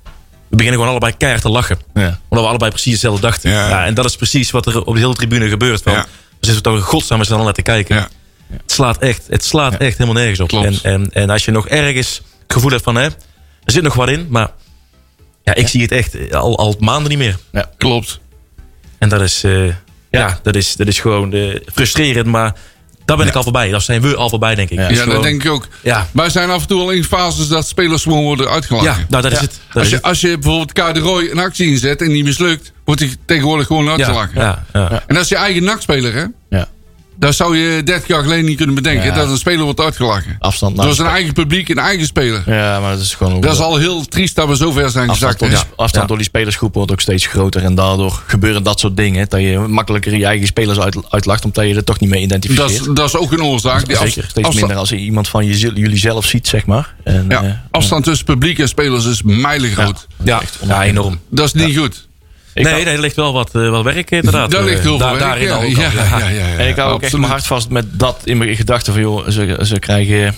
we beginnen gewoon allebei keihard te lachen. Ja. Omdat we allebei precies hetzelfde dachten. Ja. Ja, en dat is precies wat er op de hele tribune gebeurt. Van, Ja. Dan zitten we toch in godsnaam met z'n allen naar te kijken. Ja. Het slaat echt, het slaat echt helemaal nergens op. Klopt. En, en, en als je nog ergens het gevoel hebt van, hè, er zit nog wat in. Maar ja, ik zie het echt al, al maanden niet meer. Klopt. En dat is, eh, ja. dat is, dat is gewoon eh, frustrerend. Maar daar ben ik al voorbij. Daar zijn we al voorbij, denk ik. Ja. Het is Ja, dat gewoon- denk ik ook. Ja. Wij zijn af en toe al in fases dat spelers gewoon worden uitgelachen. Ja, nou dat is het. Dat Als is je, het. als je bijvoorbeeld K. de Roy een actie inzet en die mislukt, wordt hij tegenwoordig gewoon ja, uitgelachen. ja, ja. En dat is je eigen nachtspeler, hè? Ja. Dat zou je dertig jaar geleden niet kunnen bedenken. Ja. Dat een speler wordt uitgelachen. Afstand naar Door de zijn eigen publiek, een eigen speler. Ja, maar dat is gewoon... Dat is al heel triest dat we zo ver zijn Afstand, gezakt. door die, hè. afstand Ja. door die spelersgroep wordt ook steeds groter. En daardoor gebeuren dat soort dingen. Dat je makkelijker je eigen spelers uit, uitlacht. Omdat je er toch niet mee Dat identificeert. is, dat is ook een oorzaak. Die Zeker. af- Steeds afstand, minder als je iemand van je, jullie zelf ziet, zeg maar. En, ja, eh, afstand tussen publiek en spelers is mijlengroot. Ja, ja, enorm. Dat is niet goed. ik Nee, hou- nee, er ligt wel wat, eh, wat werk inderdaad. Daar Eh, ligt heel veel daar- werk. Daarin Ja, al ook ja, al, ja, ja, ja, En ik hou ook echt absoluut. mijn hart vast met dat in mijn gedachten van joh, ze, ze krijgen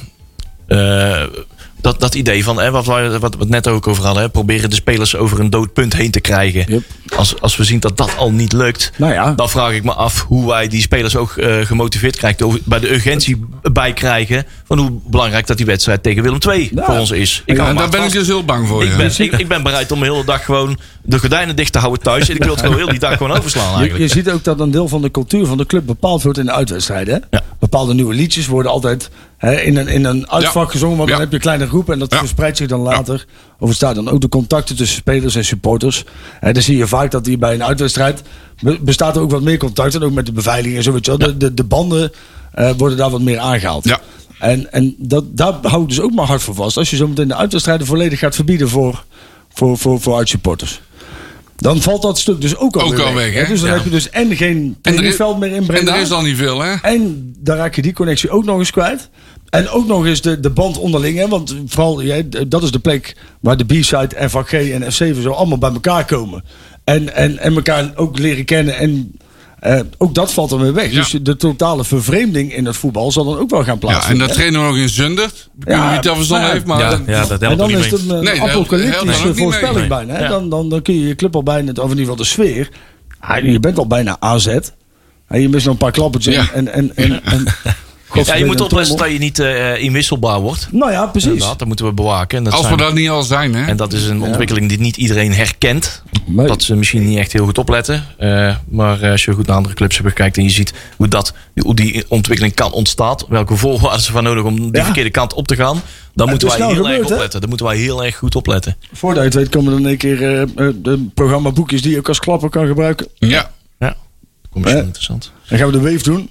eh, dat, dat idee van hè, wat, we, wat we het net ook over hadden, hè, proberen de spelers over een dood punt heen te krijgen. Yep. Als, als we zien dat dat al niet lukt, Nou ja. dan vraag ik me af hoe wij die spelers ook eh, gemotiveerd krijgen, of bij de urgentie bij krijgen van hoe belangrijk dat die wedstrijd tegen Willem twee Ja. voor ons is. Ik Ja, hou En mijn daar hart ben ik vast. dus heel bang voor. Ik ja. ben, ik, ik ben bereid om de hele dag gewoon de gordijnen dicht te houden thuis. En ik wil het gewoon heel die dag gewoon overslaan Je, eigenlijk. je ziet ook dat een deel van de cultuur van de club bepaald wordt in de uitwedstrijden. Hè? Ja. Bepaalde nieuwe liedjes worden altijd hè, in, een, in een uitvak Ja. gezongen. Want Ja. dan heb je een kleine groep en dat Ja. verspreidt zich dan later over het stadion. Ook de contacten tussen spelers en supporters. Hè, dan zie je vaak dat die bij een uitwedstrijd be- bestaat er ook wat meer contact. En ook met de beveiliging en zo. Weet je wel. De, de, de banden eh, worden daar wat meer aangehaald. Ja. En, en dat, daar hou ik dus ook maar hard voor vast. Als je zo meteen de uitwedstrijden volledig gaat verbieden voor, voor, voor, voor uitsupporters. Dan valt dat stuk dus ook al Ook weer al weg, hè? hè? Dus dan Ja. heb je dus en geen En er is- trainingsveld meer in En Breda. er is al niet veel, hè? En dan raak je die connectie ook nog eens kwijt. En ook nog eens de, de band onderling. Hè? Want vooral, jij, dat is de plek waar de B-side, F H G en F zeven zo allemaal bij elkaar komen. En, en, en elkaar ook leren kennen. En eh, ook dat valt dan weer weg. Ja. Dus de totale vervreemding in het voetbal zal dan ook wel gaan Ja, en plaatsvinden. dat hè? trainen we nog in Zundert. Ik weet Ja, niet wie dat verzonnen maar ja, heeft, maar... Ja, dat- ja, dat En helpt dan ook is niet het mee. een Nee, dat helpt- helpt apocalyptische dan ook niet voorspelling mee. bijna. Hè? Ja. Dan, dan, dan kun je je club al bijna, of in ieder geval de sfeer. Ah, je bent al bijna A Z. En je mist nog een paar klappertjes. Ja. En, en, en, en, Ja, je moet een opletten trommel. dat je niet eh, inwisselbaar wordt. Nou ja, precies. Inderdaad, dat moeten we bewaken. En dat, Als we zijn- dat niet al zijn, hè? en dat is een ontwikkeling die niet iedereen herkent. Nee. Dat ze misschien niet echt heel goed opletten. Eh, maar eh, als je goed naar andere clubs hebt gekeken en je ziet hoe, dat, hoe die ontwikkeling kan ontstaan. Welke voorwaarden ze van nodig om die Ja. verkeerde kant op te gaan. Dan moeten is wij snel heel gebeurd, erg hè? opletten. Dan moeten wij heel erg goed opletten. Voordat je het weet komen er in één keer eh, eh, de programma boekjes die je ook als klapper kan gebruiken. Ja, Ja, commercieel Ja. interessant. Dan gaan we de wave doen.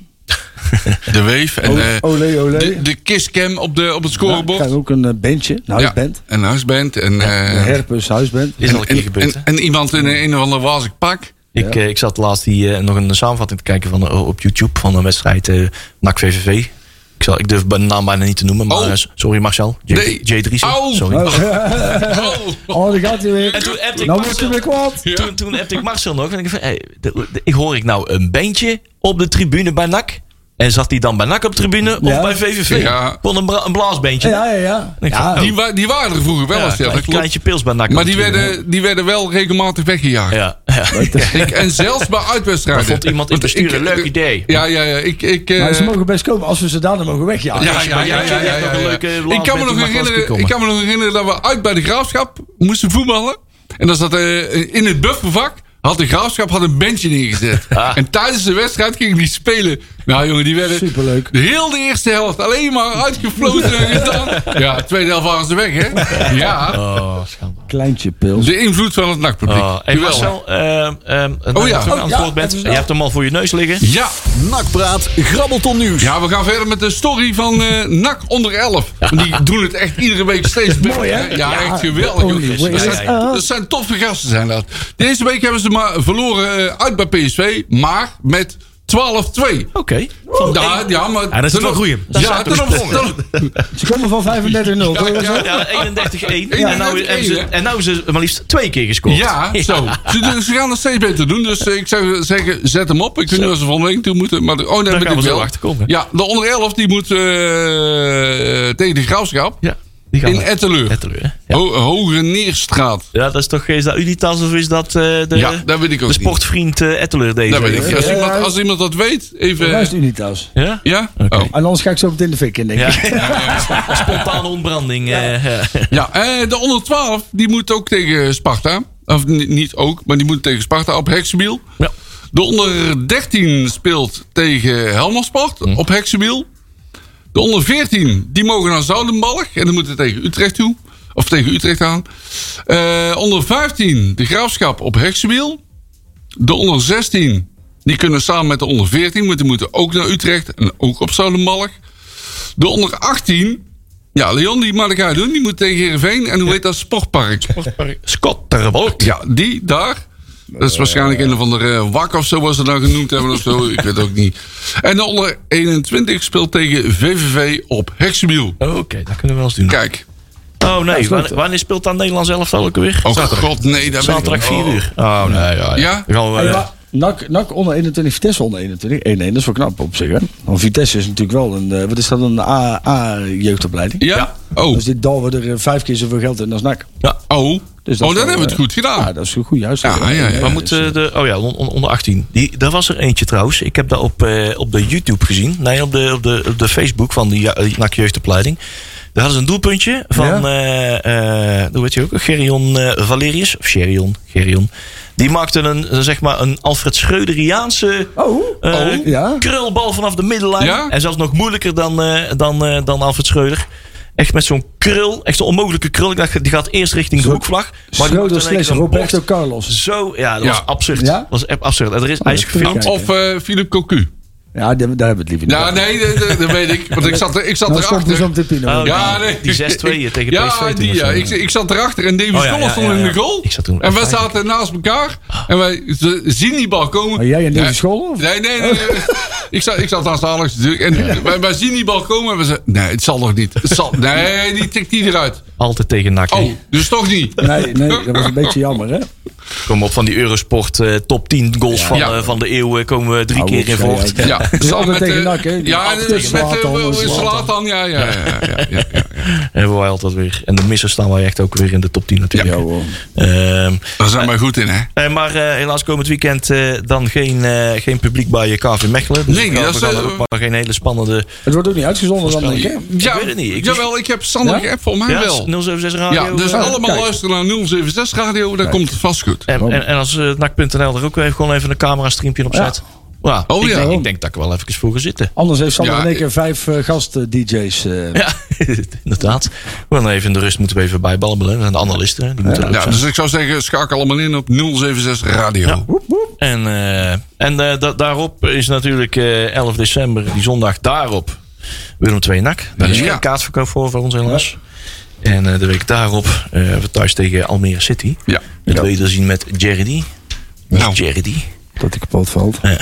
de weef en O- eh, olé, olé. de, de kisscam op, de, op het Ja, scorebord. krijgen we ook een eh, bandje, een huisband. een huisband. En, Een eh, herpes huisband. Is al een keer en, gebeurd, en, hè? en iemand in een, een of ander wazig pak. Ik, Ja. uh, ik zat laatst die, uh, nog een samenvatting te kijken van, uh, op YouTube van een wedstrijd uh, N A C V V V. Ik, zal, ik durf de naam bijna niet te noemen, maar Oh. uh, sorry Marcel. J, Nee. J Driessen. Au. Sorry. Oh, Oh. oh, daar gaat hij weer. En toen appte ik Nou wordt Marcel. hij weer kwaad. Ja. Toen, toen appte ik Marcel nog. En ik van, hey, de, de, ik hoor ik nou een bandje op de tribune bij N A C? En zat hij dan bij N A C op de tribune Ja. of bij V V V? Ja. Gewoon een, bra- een blaasbeentje. Ja, ja, ja. Ik ja. van, Die, wa- die waren er vroeger wel Ja, eens, ja, dat klein, klopt. kleintje pils bij N A C. Maar op de die tribune. werden, die werden wel regelmatig weggejaagd. Ja, ja. Ik, en zelfs bij uitwedstrijden. Dat vond iemand in het Want bestuur ik- een leuk idee. Ja, ja, ja. Ik, ik, eh, Maar ze mogen best komen als we ze daarna mogen wegjagen. ja, ja, ja, ja, ja, ja, Een ja. leuke Ik kan me blaasband, nog die mag wel eens herinneren, komen. ik kan me nog herinneren dat we uit bij de Graafschap moesten voetballen. En dan zat eh, in het buffervak had de Graafschap had een bandje neergezet. Ah. En tijdens de wedstrijd gingen die spelen. Nou jongen, die werden Superleuk. de heel de eerste helft alleen maar uitgefloten en gedaan. Ja, de tweede helft waren ze weg, hè? Ja, Oh, schande. Kleintje pils. de invloed van het nachtpubliek. Oh, hey Geweldig. Marcel, ehm ehm Oh ja. aan het Oh, ja, woord bent. het is Je hebt hem al voor je neus liggen. Ja, Nakpraat, grabbelton nieuws. ja, we gaan verder met de story van eh N A C onder elf. Want die doen het echt iedere week steeds beter. Mooi, hè? Ja, Ja, echt geweldig. only joh. way Dat is zijn, up. dat zijn toffe gasten zijn dat. Deze week hebben ze maar verloren eh, uit bij P S V. Maar met twaalf twee. Oké. Ja, ja, maar... Ja, dat is ten wel op- goeie. Dat Ja, zijn ten toch op- sprongen? ten- Ze komen van vijfendertig nul. toch? ja, Ja, eenendertig één. En eenendertig nou hebben ze, één, hè? en nou hebben ze maar liefst twee keer gescoord. Ja, zo. Ze, doen- ze gaan het steeds beter doen. Dus eh, ik zou zeggen, zet hem op. Ik weet niet of ze volgende week toe moeten. Maar de, oh, nee, Daar moet gaan ik we zo wel. achter komen. Ja, de onder elf die moet eh, tegen de Graafschap. Ja, die gaan In we- Etteleur. Etteleur, hè? Ja. Ho- Hoge Neerstraat. Ja, dat is toch, is dat Unitas of is dat eh, de, Ja, dat weet ik ook de sportvriend eh Etteleur deze Dat weet ik. week? Als Ja, iemand, ja. als iemand dat weet, even... Waar is het Unitas? Ja? Ja? Oké. Oh. En anders ga ik zo meteen de fik in, denk Ja. ik. Spontane ontbranding. eh, ja. Ja, eh, de onder twaalf, die moet ook tegen Sparta. Of ni- niet ook, maar die moet tegen Sparta op Heksenbiel. Ja. De onder dertien speelt tegen Helmersport Hm. op Heksenbiel. De onder veertien, die mogen naar Zoudenbalg. En dan moeten tegen Utrecht toe. Of tegen Utrecht aan. Eh, onder vijftien, de Graafschap op Heksenbiel. De onder zestien, die kunnen samen met de onder veertien. Maar die moeten ook naar Utrecht en ook op Zoudenbalg. De onder achttien... Ja, Leon, die mag ik uit doen. Die moet tegen Heerenveen. En hoe heet dat? Sportpark. Skotterbalk. Ja, die daar. Dat is waarschijnlijk een of andere wak of zo, was ze dan genoemd hebben of zo. Ik weet het ook niet. En de onder eenentwintig speelt tegen V V V op Heksenbiel. Oké, dat kunnen we wel eens doen. Kijk. Oh nee, is leuk, wanneer, wanneer speelt dan Nederland zelf al ook weer? Oh god, nee. Daar ben ik Zaterdag vier oh. uur. Oh nee, ja. ja. Ja? Dan gaan we, Hey, eh, maar N A C, N A C onder eenentwintig, Vitesse onder eenentwintig. één één, dat is wel knap op zich, hè? Want Vitesse is natuurlijk wel een... eh, wat is dat, een A- A-jeugdopleiding? Ja? Oh. Dus dit dalven er eh, vijf keer zoveel geld in als N A C. ja. Oh. Dus Oh, is dan wel, hebben we het eh, goed gedaan. Ja, dat is een goede huis. Ja, ja, ja. Maar moet eh, de, oh ja, on- on- onder achttien. Die, daar was er eentje trouwens. Ik heb dat op, eh, op de YouTube gezien. Nee, op de, op de, op de Facebook van die ja- N A C jeugdopleiding. Daar hadden ze een doelpuntje van, Ja? eh, eh, hoe heet je ook? Gerion eh, Valerius. Of Gerion. Gerion. Die maakte een, eh, zeg maar, een Alfred Schreuderiaanse Oh, eh, oh, ja. krulbal vanaf de middenlijn. Ja? En zelfs nog moeilijker dan, eh, dan, eh, dan Alfred Schreuder. Echt met zo'n krul. Echt zo'n onmogelijke krul. Ik dacht, die gaat eerst richting de Zo- hoekvlag. Maar die Schroeder moet in één keer Slees, een Roberto bocht. Carlos. Zo, ja, dat Ja. was absurd. Ja? Dat was echt absurd. En er is, hij is dat vind ik gefilmd. kijken. Of eh Philippe Cocu. Ja, daar, daar hebben we het liever Ja, niet nee, dat, dat- dat weet ik. Want ik zat, er- ik zat over. Dan stond er zo erachter. meteen Pino. Oh, Ja, die- nee. die zes twee tegen ja, P S V toen die, of ja. zo. Ik, ik zat erachter en Davy Oh, ja, Scholler ja, stond ja, in ja. de goal. Ik zat toen en we vijf. zaten naast elkaar. En wij ze zien die bal komen. Maar jij en Davy Ja. Scholler, of? Nee, nee, nee. nee. ik, zat, ik zat naast Alex natuurlijk. En wij, wij zien die bal komen en we zeiden... Nee, het zal nog niet. Het zal, nee, die tikt die eruit. Altijd tegen N A C. Oh, dus toch niet. Nee, nee, dat was een beetje jammer, hè? Kom op van die Eurosport eh, top tien goals van, Ja. eh, van de eeuw. eh, komen we drie Hou keer op, in schei voort. uit. Ja, Het is samen altijd met, tegen eh, N A C, hè? Ja, Altijd met Zlatan, uh, Zlatan. Zlatan. Ja, ja, ja, ja, ja, ja. Hebben wij altijd weer. En de missers staan wij echt ook weer in de top tien natuurlijk. Ja, hoor. Ehm, Daar zijn wij goed in, hè? eh, maar eh, helaas komend weekend eh, dan geen, eh, geen publiek bij K V Mechelen. Dus Nee, we gaan- dat is, we gaan eh, er ook maar geen hele spannende... Het wordt ook niet uitgezonden dan, denk ik, hè? Ja, weet het niet. Ik- jawel, ik heb Sander Ja? geappt, voor mij Ja, wel. nul zeven zes radio. Ja, dus eh, allemaal kijk. luisteren naar nul zeven zes radio, dan komt het vast goed. En, en, en als uh, N A C punt n l er ook even gewoon even een camera streampje op Ja. zet. Ja, Oh, ik, ja. denk, ik denk dat ik er wel even voor ga zitten. Anders heeft Sander Ja, in één keer vijf uh, gast-D J's. Uh. Ja, inderdaad. We gaan even in de rust moeten we even bijbabbelen. Dat zijn de analisten. hè. Die moeten er ook Ja, zijn. dus ik zou zeggen, schakel allemaal in op nul zeven zes radio. Ja. En, uh, en uh, da daarop is natuurlijk uh, elf december, die zondag daarop, Willem twee N A C. Daar is Ja. geen kaartverkoop voor, voor ons helaas. En uh, de week daarop uh, we thuis tegen Almere City. Ja. Het wederzien met Jerry. Nou. Charity. Dat hij kapot valt. Ja.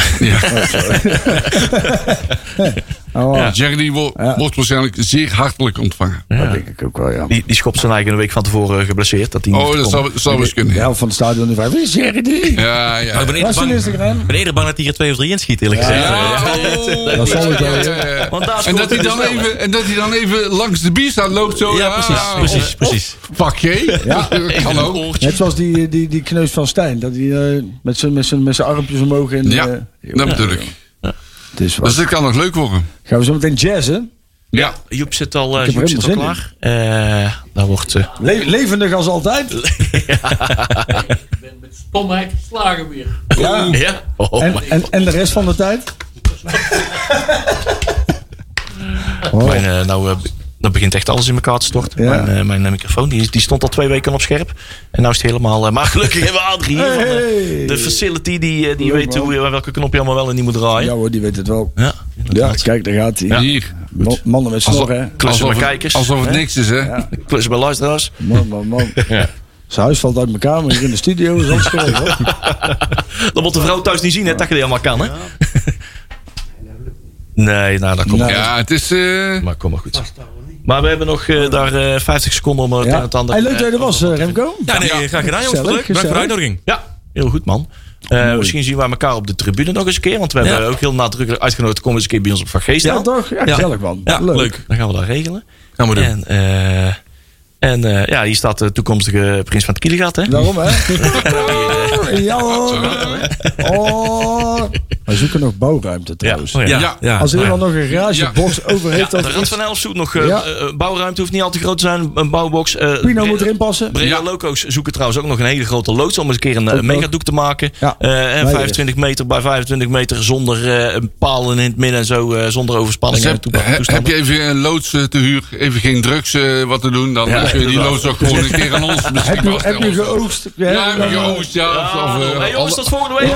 Oh, Ja. Jerry wordt, Ja. wordt waarschijnlijk zeer hartelijk ontvangen. dat denk ik ook wel, ja. Die, die schopt zijn eigen een week van tevoren geblesseerd. Dat die niet Oh, dat kon. zou, dat zou wel eens kunnen. De Ja, helft van het stadion nu vraagt, wie is Jerry die? ja. ja. Maar ik ben eerder Was zijn bang, Instagram? ik ben eerder bang dat hij er twee of drie inschiet, eerlijk gezegd. Ja, oh, Dat zal ik wel, ja, ja. ja, ja. Want daar En scoort dat hij hij dan dus wel, even, en dat hij dan even langs de bierstaat loopt zo. Ja, precies, precies, precies. Fuck je. Ja. Kan ook. Oortje. Net zoals die, die, die kneus van Stijn. Dat hij uh, met zijn met zijn met zijn armpjes omhoog. En, Ja, uh, dat bedoel ik. Het is wat. Dus dit kan nog leuk worden. Gaan we zo meteen jazzen? Ja. Joep zit al, uh, Ik heb Joep er zit al helemaal klaar. Uh, daar wordt... Uh, Le- levendig als altijd. Ik ben met stomheid geslagen weer. Ja. ja? Oh, En, mijn, en, en de rest van de tijd? Oh. mijn, uh, nou, uh, dan begint echt alles in elkaar te storten. Ja. Mijn, uh, mijn uh, microfoon die, die stond al twee weken op scherp. En nou is het helemaal... Uh, maar gelukkig hebben we Adrie hier. Van de, Hey. de facility die, uh, die Leuk, weet hoe, uh, welke knop je allemaal wel en niet moet draaien. Ja hoor, die weet het wel. Ja, Ja, inderdaad. kijk, daar gaat hij. Hier. Ma- Mannen met Alsof, snor, hè? Klussen alsof, bij het, kijkers. alsof het hè? niks is, hè? Ja. Klussen bij luisteraars. Man, man, man. Ja. Zijn huis valt uit elkaar, maar hier in de studio is alles geregeld. Dat moet de vrouw thuis niet zien, hè, dat je die allemaal kan, hè? Nee, nou, dat komt Nee. niet. Ja, het is... eh, Maar kom maar goed. Maar we hebben nog uh, daar uh, vijftig seconden om het een en Ja. het ander... Hey, leuk dat je er was, uh, Remco. Ja, nee, Ja. graag gedaan, jongens. Gezellig, Leuk. Bedankt voor de gezellig. uitnodiging. Ja, heel goed, man. Uh, misschien zien we elkaar op de tribune nog eens een keer. Want we hebben Ja. ook heel nadrukkelijk uitgenodigd. Kom eens een keer bij ons op Van Geest Ja, staan. toch? Ja, Ja. gezellig, man. Ja, leuk. Dan gaan we dat regelen. Gaan we doen. En, uh, en uh, ja, hier staat de toekomstige prins van het Kielegat, hè? Daarom, hè? Ja, hoor. Oh. We zoeken nog bouwruimte, trouwens. Oh, ja. Ja, Ja. ja. Als er ja. iemand nog een garagebox over heeft... Ja, of de Rand iets, van Elf zoekt nog uh, Ja. uh, bouwruimte. Hoeft niet al te groot te zijn. Een bouwbox. Uh, Pino moet erin passen. Breda Ja. Loco's zoeken trouwens ook nog een hele grote loods. Om eens een keer een, Ook een megadoek te maken. Ja. Uh, en Nee, vijfentwintig meter bij vijfentwintig meter. Zonder uh, een palen in het midden en zo. Uh, zonder overspanning. Dus en heb, toepa- he- toestanden. heb je even een loods eh, te huur, even geen drugs eh, wat te doen, dan Ja, kun je die inderdaad. loods ook gewoon een keer aan ons Heb beschikbaar je, heb je stellen. geoogst? Ja, heb je geoogst, ja. Of, Ah, of, eh, hey jongens, alle- tot volgende week.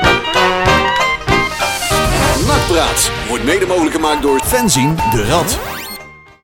Nakpraat wordt mede mogelijk gemaakt door Fenzin de Rad.